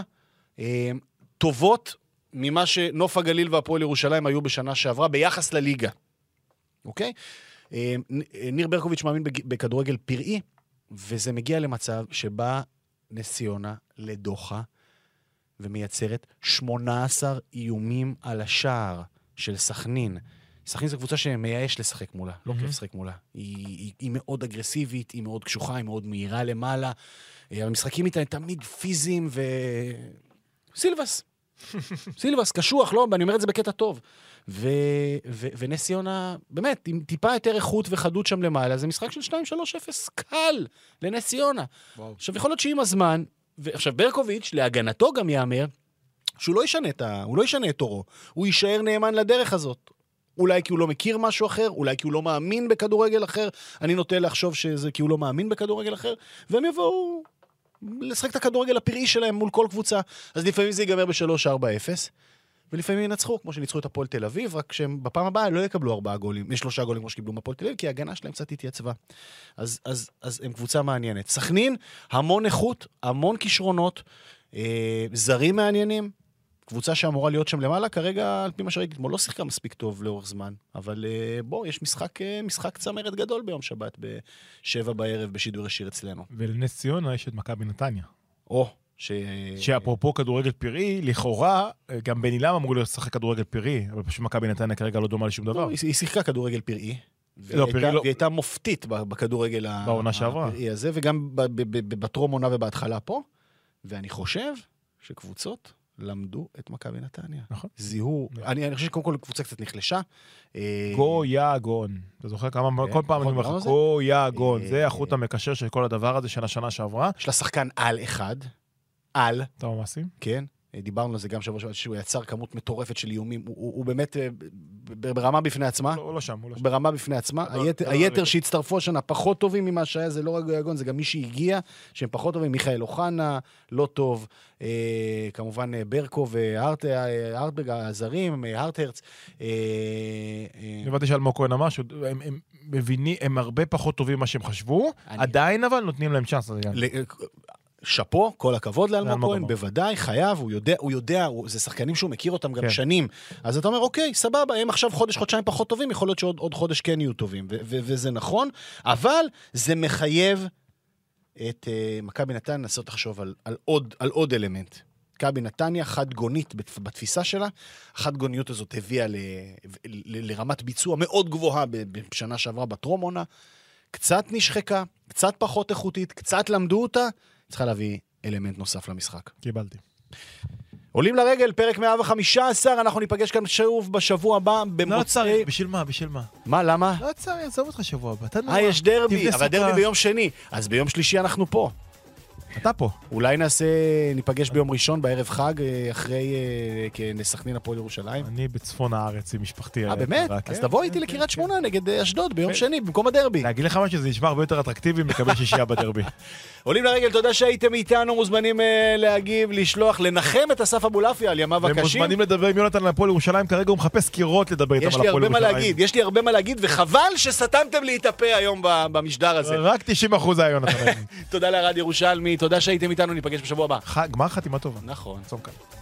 טובות ממה שנוף הגליל והפועל ירושלים היו בשנה שעברה, ביחס לליגה. אוקיי? ניר ברקוביץ' מאמין בכדורגל פראי, וזה מגיע למצב שבה נס ציונה לדוחה, ומייצרת שמונה עשר איומים על השער של סכנין. סכנין זו קבוצה שמייאש לשחק מולה, לא כיף לשחק מולה. היא, היא, היא מאוד אגרסיבית, היא מאוד קשוחה, היא מאוד מהירה למעלה. המשחקים איתה הם תמיד פיזיים ו... סילבס. סילבס, קשוח, לא? ואני אומר את זה בקטע טוב. ו... ו... ונס ציונה, באמת, עם טיפה יותר איכות וחדות שם למעלה, זה משחק של שתיים שלוש אפס קל לנס ציונה. וואו. עכשיו, יכול להיות שעם הזמן, ועכשיו ברקוביץ', להגנתו גם יאמר, שהוא לא ישנה את, ה... הוא לא ישנה את תורו, הוא יישאר נאמן לדרך הזאת. אולי כי הוא לא מכיר משהו אחר, אולי כי הוא לא מאמין בכדורגל אחר, אני נוטה לחשוב שזה כי הוא לא מאמין בכדורגל אחר, והם יבואו לשחק את הכדורגל הפראי שלהם מול כל קבוצה. אז לפעמים זה ייגמר ב-שלוש ארבע אפס, ולפעמים ינצחו, כמו שניצחו את הפועל תל אביב, רק שהם בפעם הבאה לא יקבלו ארבעה גולים, יש שלושה גולים כמו שקיבלו מהפועל תל אביב, כי ההגנה שלהם קצת התייצבה. אז, אז, אז הם קבוצה מעניינת. סכנין, המון איכות, המון כישרונות, אה, זרים מעניינים, קבוצה שאמורה להיות שם למעלה, כרגע, על פי מה שראיתי, כמו לא שיחקה מספיק טוב לאורך זמן, אבל בוא, יש משחק, משחק צמרת גדול ביום שבת, בשבע בערב, בשידור ישיר אצלנו. ולנס ציונה יש את מכבי נתניה. או, ש... שאפרופו כדורגל פראי, לכאורה, גם בן אילם אמרו לשחק כדורגל פראי, אבל פשוט מכבי נתניה כרגע לא דומה לשום דבר. לא, היא שיחקה כדורגל פראי. והיא הייתה מופתית בכדורגל הפראי הזה, וגם בטרום עונה ובהתחלה פה, ואני חושב שקבוצות למדו את מכבי נתניה. נכון. זיהו, אני חושב שקודם כל קבוצה קצת נחלשה. גו יאגון. אתה זוכר כמה, כל פעם אני אומר לך, גו יאגון. זה החוט המקשר של כל הדבר הזה של השנה שעברה. יש לה שחקן על אחד. על. אתה ממסים? כן. דיברנו על זה גם שבוע שבוע, שהוא יצר כמות מטורפת של איומים. הוא באמת ברמה בפני עצמה. הוא לא שם, הוא לא שם. ברמה בפני עצמה. היתר שהצטרפו השנה פחות טובים ממה שהיה, זה לא רק גויגון, זה גם מי שהגיע, שהם פחות טובים. מיכאל אוחנה, לא טוב. כמובן ברקו והארטברג, הזרים, הארטהרץ. הבנתי שאלמוג כהן אמר שהם מבינים, הם הרבה פחות טובים ממה שהם חשבו, עדיין אבל נותנים להם צ'אנס. שפו, כל הכבוד לאלמוג כהן, בוודאי, חייב, הוא יודע, הוא יודע, זה שחקנים שהוא מכיר אותם גם שנים. אז אתה אומר, אוקיי, סבבה, הם עכשיו חודש, חודשיים פחות טובים, יכול להיות שעוד חודש כן יהיו טובים, וזה נכון, אבל זה מחייב את מכבי נתניה לנסות לחשוב על עוד אלמנט. מכבי נתניה, חד גונית בתפיסה שלה, החד גוניות הזאת הביאה לרמת ביצוע מאוד גבוהה בשנה שעברה בטרום עונה, קצת נשחקה, קצת פחות איכותית, קצת למדו אותה, צריכה להביא אלמנט נוסף למשחק. קיבלתי. עולים לרגל, פרק מאה וחמש עשרה, אנחנו ניפגש כאן שוב בשבוע הבא, במוצאי... לא צריך, בשביל מה, בשביל מה? מה, למה? לא צריך, יעזוב אותך שבוע הבא. אה, יש דרבי, אבל דרבי ביום שני, אז ביום שלישי אנחנו פה. אתה פה. אולי נעשה, ניפגש ביום ראשון, בערב חג, אחרי כנסכנין הפועל ירושלים. אני בצפון הארץ עם משפחתי. אה, באמת? אז תבוא איתי לקריית שמונה נגד אשדוד ביום שני, במקום הדרבי. להגיד לך מה שזה נשמע הרבה יותר אטרקטיבי מקבל שישייה בדרבי. עולים לרגל, תודה שהייתם איתנו, מוזמנים להגיב, לשלוח, לנחם את אסף אבולעפיה על ימיו הקשים. ומוזמנים לדבר עם יונתן על הפועל ירושלים, כרגע הוא מחפש קירות לדבר איתם על הפועל ירושלים. יש לי הרבה מה להגיד, וחבל שסתמתם לי את הפה היום במשדר הזה. רק תשעים אחוז היה יונתן. תודה לרד ירושלמי, תודה שהייתם איתנו, ניפגש בשבוע הבא. גמר חתימה טובה. נכון. צום כאן.